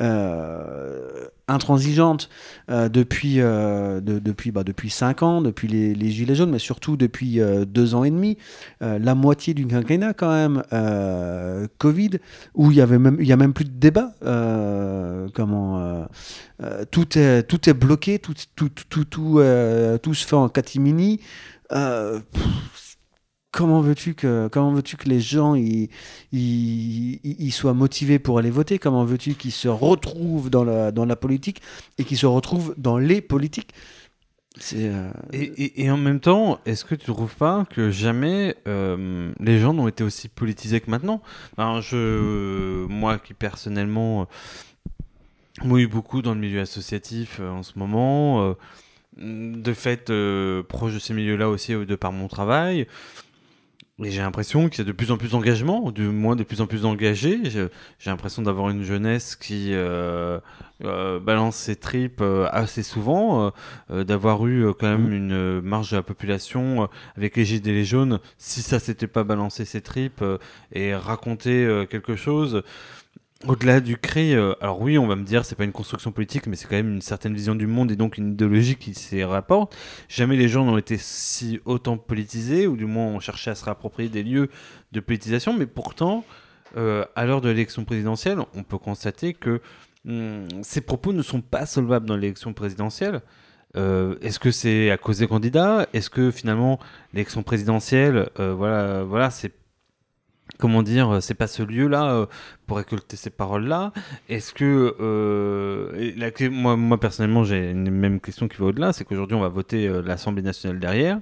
euh, intransigeante euh, depuis, euh, de, depuis, bah, depuis cinq ans, depuis les, les Gilets jaunes, mais surtout depuis euh, deux ans et demi, euh, la moitié du quinquennat quand même, euh, Covid, où il y avait même, il y a même plus de débat. Euh, comment euh, euh, tout est, tout est bloqué, tout, tout, tout, tout, euh, tout se fait en catimini. Euh, pff, Comment veux-tu que, comment veux-tu que les gens ils, ils, ils soient motivés pour aller voter ? Comment veux-tu qu'ils se retrouvent dans la, dans la politique et qu'ils se retrouvent dans les politiques ? C'est, euh... et, et, et en même temps, est-ce que tu ne trouves pas que jamais euh, les gens n'ont été aussi politisés que maintenant ? Alors je, moi qui personnellement euh, mouille beaucoup dans le milieu associatif euh, en ce moment, euh, de fait euh, proche de ces milieux-là aussi euh, de par mon travail. Et j'ai l'impression qu'il y a de plus en plus d'engagement, du moins de plus en plus d'engagés. J'ai, j'ai l'impression d'avoir une jeunesse qui euh, euh, balance ses tripes euh, assez souvent, euh, euh, d'avoir eu euh, quand même mmh. une marge de la population euh, avec les gilets et les jaunes, si ça s'était pas balancé ses tripes euh, et raconter euh, quelque chose. Au-delà du cri, euh, alors oui, on va me dire, c'est pas une construction politique, mais c'est quand même une certaine vision du monde et donc une idéologie qui s'y rapporte. Jamais les gens n'ont été si autant politisés, ou du moins ont cherché à se réapproprier des lieux de politisation, mais pourtant, euh, à l'heure de l'élection présidentielle, on peut constater que hum, ces propos ne sont pas solvables dans l'élection présidentielle. Euh, est-ce que c'est à cause des candidats ? Est-ce que finalement, l'élection présidentielle, euh, voilà, voilà, c'est comment dire, c'est pas ce lieu-là euh, pour récolter ces paroles-là. Est-ce que, euh, la, moi, moi personnellement, j'ai une même question qui va au-delà, c'est qu'aujourd'hui on va voter euh, l'Assemblée nationale derrière.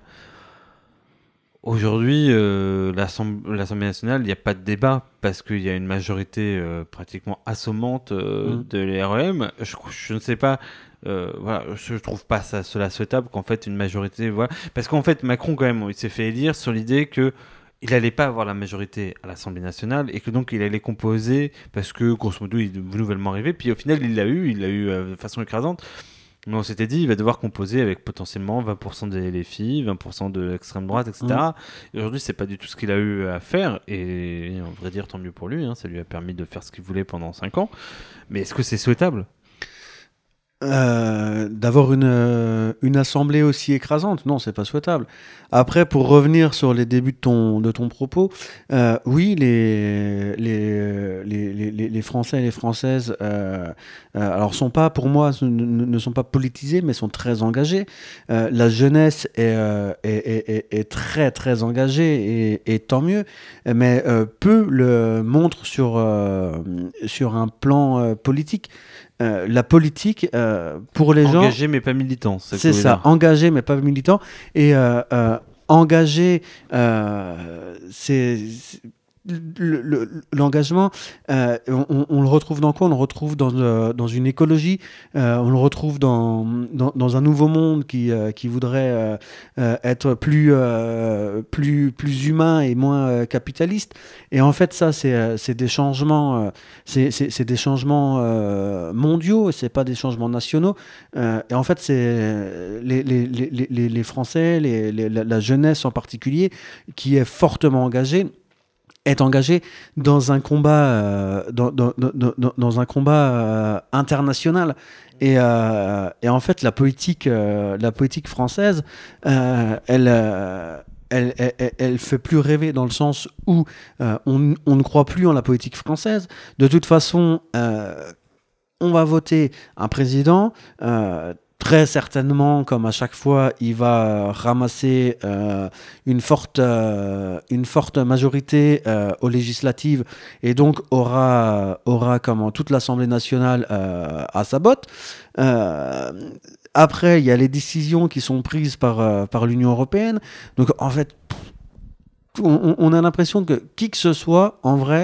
Aujourd'hui, euh, l'Assemblée, l'Assemblée nationale, il n'y a pas de débat parce qu'il y a une majorité euh, pratiquement assommante euh, mmh. de l'R E M. Je, je ne sais pas. Euh, voilà, je trouve pas ça cela souhaitable qu'en fait une majorité, voilà, parce qu'en fait Macron quand même, il s'est fait élire sur l'idée que il allait pas avoir la majorité à l'Assemblée nationale et que donc il allait composer parce que grosso modo il est nouvellement arrivé, puis au final il l'a eu, il l'a eu euh, de façon écrasante. Mais on s'était dit il va devoir composer avec potentiellement vingt pour cent des L F I, vingt pour cent de l'extrême droite, et cetera. Mmh. Et aujourd'hui c'est pas du tout ce qu'il a eu à faire et, et en vrai dire tant mieux pour lui, hein, ça lui a permis de faire ce qu'il voulait pendant cinq ans. Mais est-ce que c'est souhaitable ? Euh, d'avoir une, euh, une assemblée aussi écrasante, non, c'est pas souhaitable. Après, pour revenir sur les débuts de ton, de ton propos, euh, oui, les, les, les, les, les Français et les Françaises, euh, euh, alors sont pas, pour moi, ne, ne sont pas politisés, mais sont très engagés. Euh, la jeunesse est, euh, est, est, est, est très, très engagée, et, et tant mieux, mais euh, peu le montrent sur, euh, sur un plan euh, politique. Euh, la politique, euh, pour les engagé, gens... Engagé mais pas militant. C'est, c'est ça, engagé mais pas militant. Et euh, euh, engagé, euh, c'est... c'est Le, le, l'engagement, euh, on, on le retrouve dans quoi ? On le retrouve dans, euh, dans une écologie, euh, on le retrouve dans, dans, dans un nouveau monde qui, euh, qui voudrait euh, euh, être plus, euh, plus, plus humain et moins euh, capitaliste. Et en fait, ça, c'est, c'est des changements, euh, c'est, c'est, c'est des changements euh, mondiaux, c'est pas des changements nationaux. Euh, et en fait, c'est les, les, les, les, les Français, les, les, la jeunesse en particulier, qui est fortement engagée, est engagé dans un combat, euh, dans, dans, dans, dans un combat euh, international. Et, euh, et en fait, la politique, euh, la politique française, euh, elle, euh, elle, elle, elle, elle fait plus rêver dans le sens où euh, on, on ne croit plus en la politique française. De toute façon, euh, on va voter un président. Euh, Très certainement, comme à chaque fois, il va ramasser euh, une, forte, euh, une forte majorité euh, aux législatives et donc aura, aura comme toute l'Assemblée nationale euh, à sa botte. Euh, après, il y a les décisions qui sont prises par, euh, par l'Union européenne. Donc, en fait, on, on a l'impression que qui que ce soit, en vrai,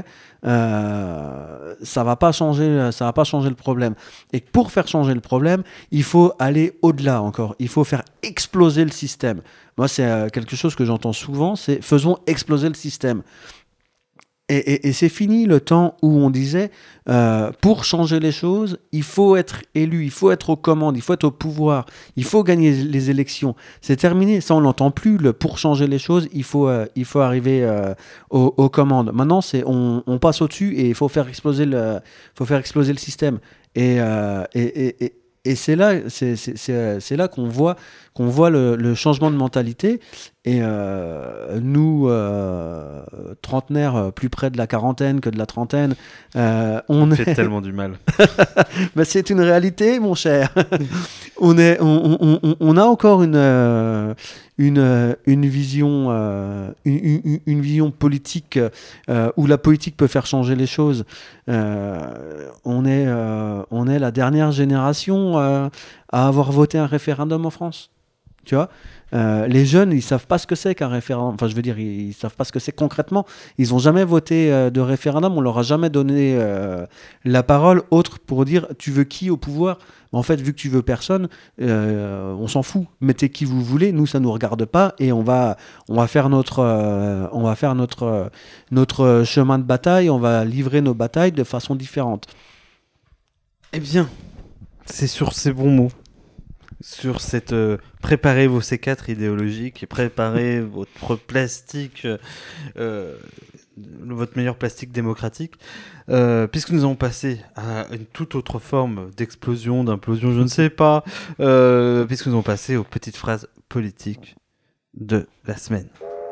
Euh, ça va pas changer, ça va pas changer le problème. Et pour faire changer le problème, il faut aller au-delà encore. Il faut faire exploser le système. Moi, c'est euh, quelque chose que j'entends souvent, c'est faisons exploser le système. Et, et, et c'est fini le temps où on disait euh, pour changer les choses, il faut être élu, il faut être aux commandes, il faut être au pouvoir, il faut gagner les élections. C'est terminé, ça on l'entend plus. Le pour changer les choses, il faut euh, il faut arriver euh, aux, aux commandes. Maintenant, c'est on, on passe au-dessus et il faut faire exploser le faut faire exploser le système. Et euh, et, et, et Et c'est là, c'est, c'est, c'est, c'est là qu'on voit, qu'on voit le, le changement de mentalité. Et euh, nous, euh, trentenaires, plus près de la quarantaine que de la trentaine, euh, on fait est... tellement du mal. Ben, c'est une réalité, mon cher. on, est, on, on, on a encore une, euh, une, une, vision, euh, une, une, une vision politique euh, où la politique peut faire changer les choses. Euh, on, est, euh, on est la dernière génération euh, à avoir voté un référendum en France. Tu vois, euh, les jeunes, ils savent pas ce que c'est qu'un référendum. Enfin, je veux dire, ils, ils savent pas ce que c'est concrètement. Ils ont jamais voté euh, de référendum. On leur a jamais donné euh, la parole autre pour dire tu veux qui au pouvoir. En fait, vu que tu veux personne, euh, on s'en fout. Mettez qui vous voulez. Nous, ça nous regarde pas et on va, on va faire notre, euh, on va faire notre, euh, notre chemin de bataille. On va livrer nos batailles de façon différente. Eh bien, c'est sur ces bons mots. Sur cette euh, préparez vos C quatre idéologiques et préparez votre plastique, euh, votre meilleur plastique démocratique, euh, puisque nous avons passé à une toute autre forme d'explosion, d'implosion, je ne sais pas, euh, puisque nous avons passé aux petites phrases politiques de la semaine.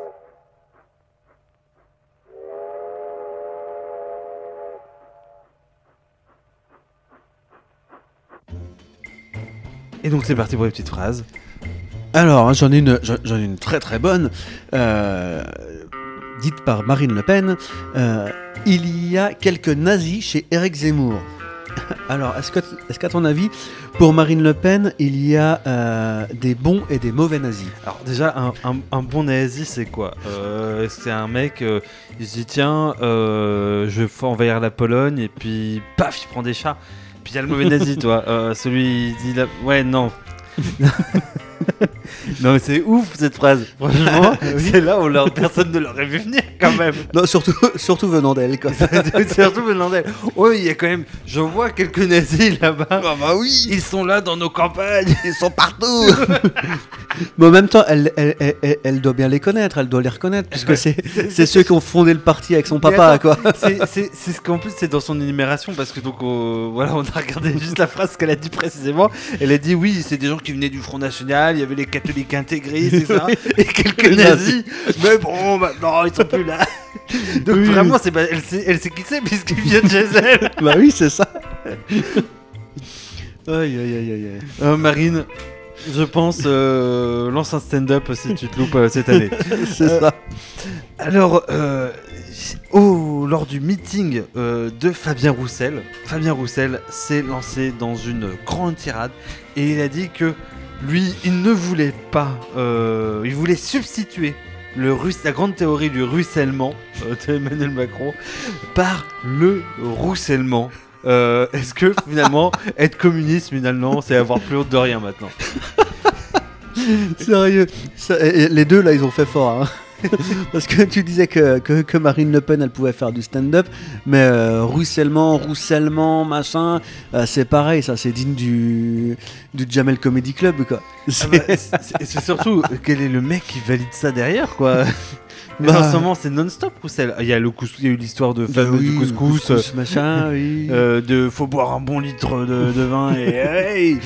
Et donc c'est parti pour les petites phrases. Alors, j'en ai une, j'en ai une très très bonne, euh, dite par Marine Le Pen. Euh, il y a quelques nazis chez Éric Zemmour. Alors, est-ce que, est-ce qu'à ton avis, pour Marine Le Pen, il y a euh, des bons et des mauvais nazis ? Alors déjà, un, un, un bon nazi, c'est quoi ? euh, C'est un mec, euh, il se dit tiens, euh, je vais envahir la Pologne, et puis paf, il prend des chats. Puis il y a le mauvais nazi, toi. Euh, celui, il dit là, ouais, non. Non mais c'est ouf cette phrase. Franchement, c'est là où leur, personne ne l'aurait vu venir quand même. Non, surtout, surtout venant d'elle, quoi. Surtout venant d'elle. Oh, il y a quand même. Je vois quelques nazis là-bas. Ah bah oui, Ils sont là dans nos campagnes. ils sont partout. Mais en même temps, elle, elle, elle, elle, elle doit bien les connaître, elle doit les reconnaître, puisque c'est, c'est ceux qui ont fondé le parti avec son papa, attends, quoi. C'est, c'est, c'est ce qu'en plus c'est dans son énumération parce que donc euh, voilà, on a regardé juste la phrase qu'elle a dit précisément. Elle a dit oui, c'est des gens qui venaient du Front National, il y avait les catholiques intégrés, c'est ça, et quelques nazis. Mais bon, maintenant ils sont plus là. Donc Oui. vraiment, c'est, bah, elle, sait, elle sait qui c'est puisqu'ils viennent chez elle. Bah oui, c'est ça. Aïe, aïe, aïe, aïe. aïe. Euh, Marine, je pense, euh, lance un stand-up si tu te loupes euh, cette année. C'est Euh, ça. Alors, euh, au, lors du meeting euh, de Fabien Roussel, Fabien Roussel s'est lancé dans une grande tirade et il a dit que lui, il ne voulait pas, euh, il voulait substituer le russe, la grande théorie du ruissellement euh, de Emmanuel Macron par le roussellement. Euh, est-ce que finalement être communiste finalement c'est avoir plus honte de rien maintenant? Sérieux. Ça- et- et les deux, là, ils ont fait fort. Hein. Parce que tu disais que, que, que Marine Le Pen, elle pouvait faire du stand-up, mais euh, ruissellement, roussellement, machin, euh, c'est pareil, ça, c'est digne du, du Jamel Comedy Club, quoi. Ah C'est- bah, c'est, c'est surtout quel est le mec qui valide ça derrière quoi. Mais Bah. en ce moment c'est non-stop Roussel. Il y a le couscous, il y a eu l'histoire de Bah fameux oui, du couscous, couscous, machin, oui. euh, de faut boire un bon litre de, de vin et hey.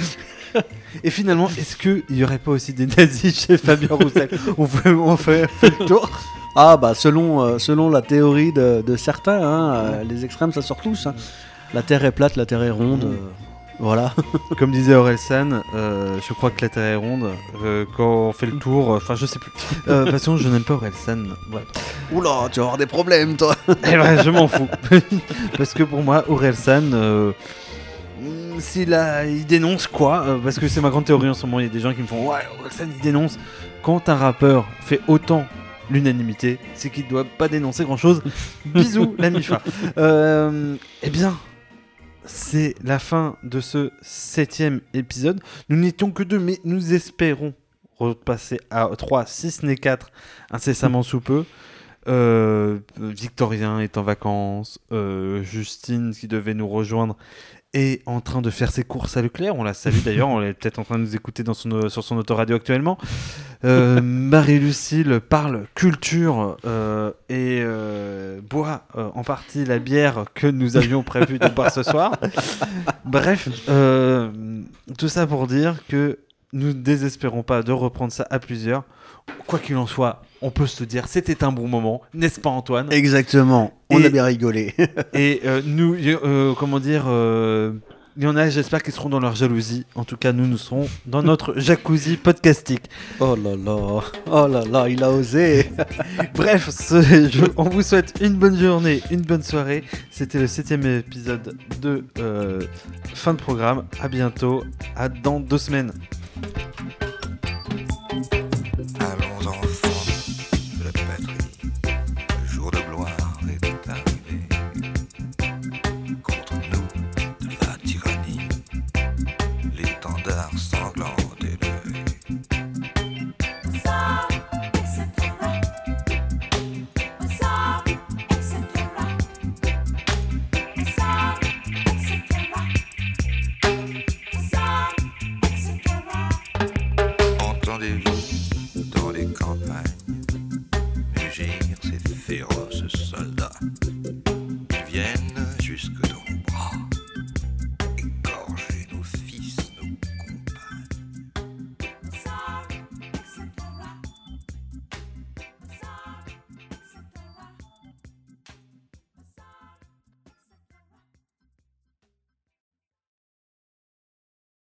Et finalement, est-ce qu'il n'y aurait pas aussi des nazis chez Fabien Roussel? On fait, on fait, fait le tour. Ah bah selon, euh, selon la théorie de, de certains, hein, euh, les extrêmes ça sort tous. Hein. La Terre est plate, la Terre est ronde. euh, voilà. Comme disait Orelsan, euh, je crois que la Terre est ronde. Euh, quand on fait le tour, enfin je sais plus. Euh, de toute façon, je n'aime pas Orelsan. Ouais. Oula, tu vas avoir des problèmes toi. Et ouais, je m'en fous. Parce que pour moi, Orelsan, euh, mm, s'il a, il dénonce quoi euh, Parce que c'est ma grande théorie en ce moment. Il y a des gens qui me font ouais, Orelsan il dénonce. Quand un rappeur fait autant l'unanimité, c'est qu'il doit pas dénoncer grand chose. Bisous, la Mifa. Euh, eh bien, c'est la fin de ce septième épisode. Nous n'étions que deux, mais nous espérons repasser à trois, si ce n'est quatre, incessamment sous peu. Euh, Victorien est en vacances, euh, Justine qui devait nous rejoindre est en train de faire ses courses à Leclerc, on la salue d'ailleurs, on est peut-être en train de nous écouter dans son, sur son autoradio actuellement. Euh, Marie-Lucille parle culture euh, et euh, boit euh, en partie la bière que nous avions prévu de boire ce soir. Bref, euh, tout ça pour dire que nous ne désespérons pas de reprendre ça à plusieurs. Quoi qu'il en soit, on peut se dire c'était un bon moment, n'est-ce pas Antoine? Exactement, on Et- a bien rigolé. Et euh, nous, y- euh, comment dire, euh, il y en a, j'espère qu'ils seront dans leur jalousie. En tout cas, nous, nous serons dans notre jacuzzi podcastique. Oh là là, oh là là, il a osé. Bref, ce- je- on vous souhaite une bonne journée, une bonne soirée. C'était le septième épisode de euh, fin de programme. À bientôt, à dans deux semaines. Allons enfants de la patrie, le jour de gloire est arrivé. Contre nous de la tyrannie, l'étendard sanglant est levé. Entendez-vous dans les campagnes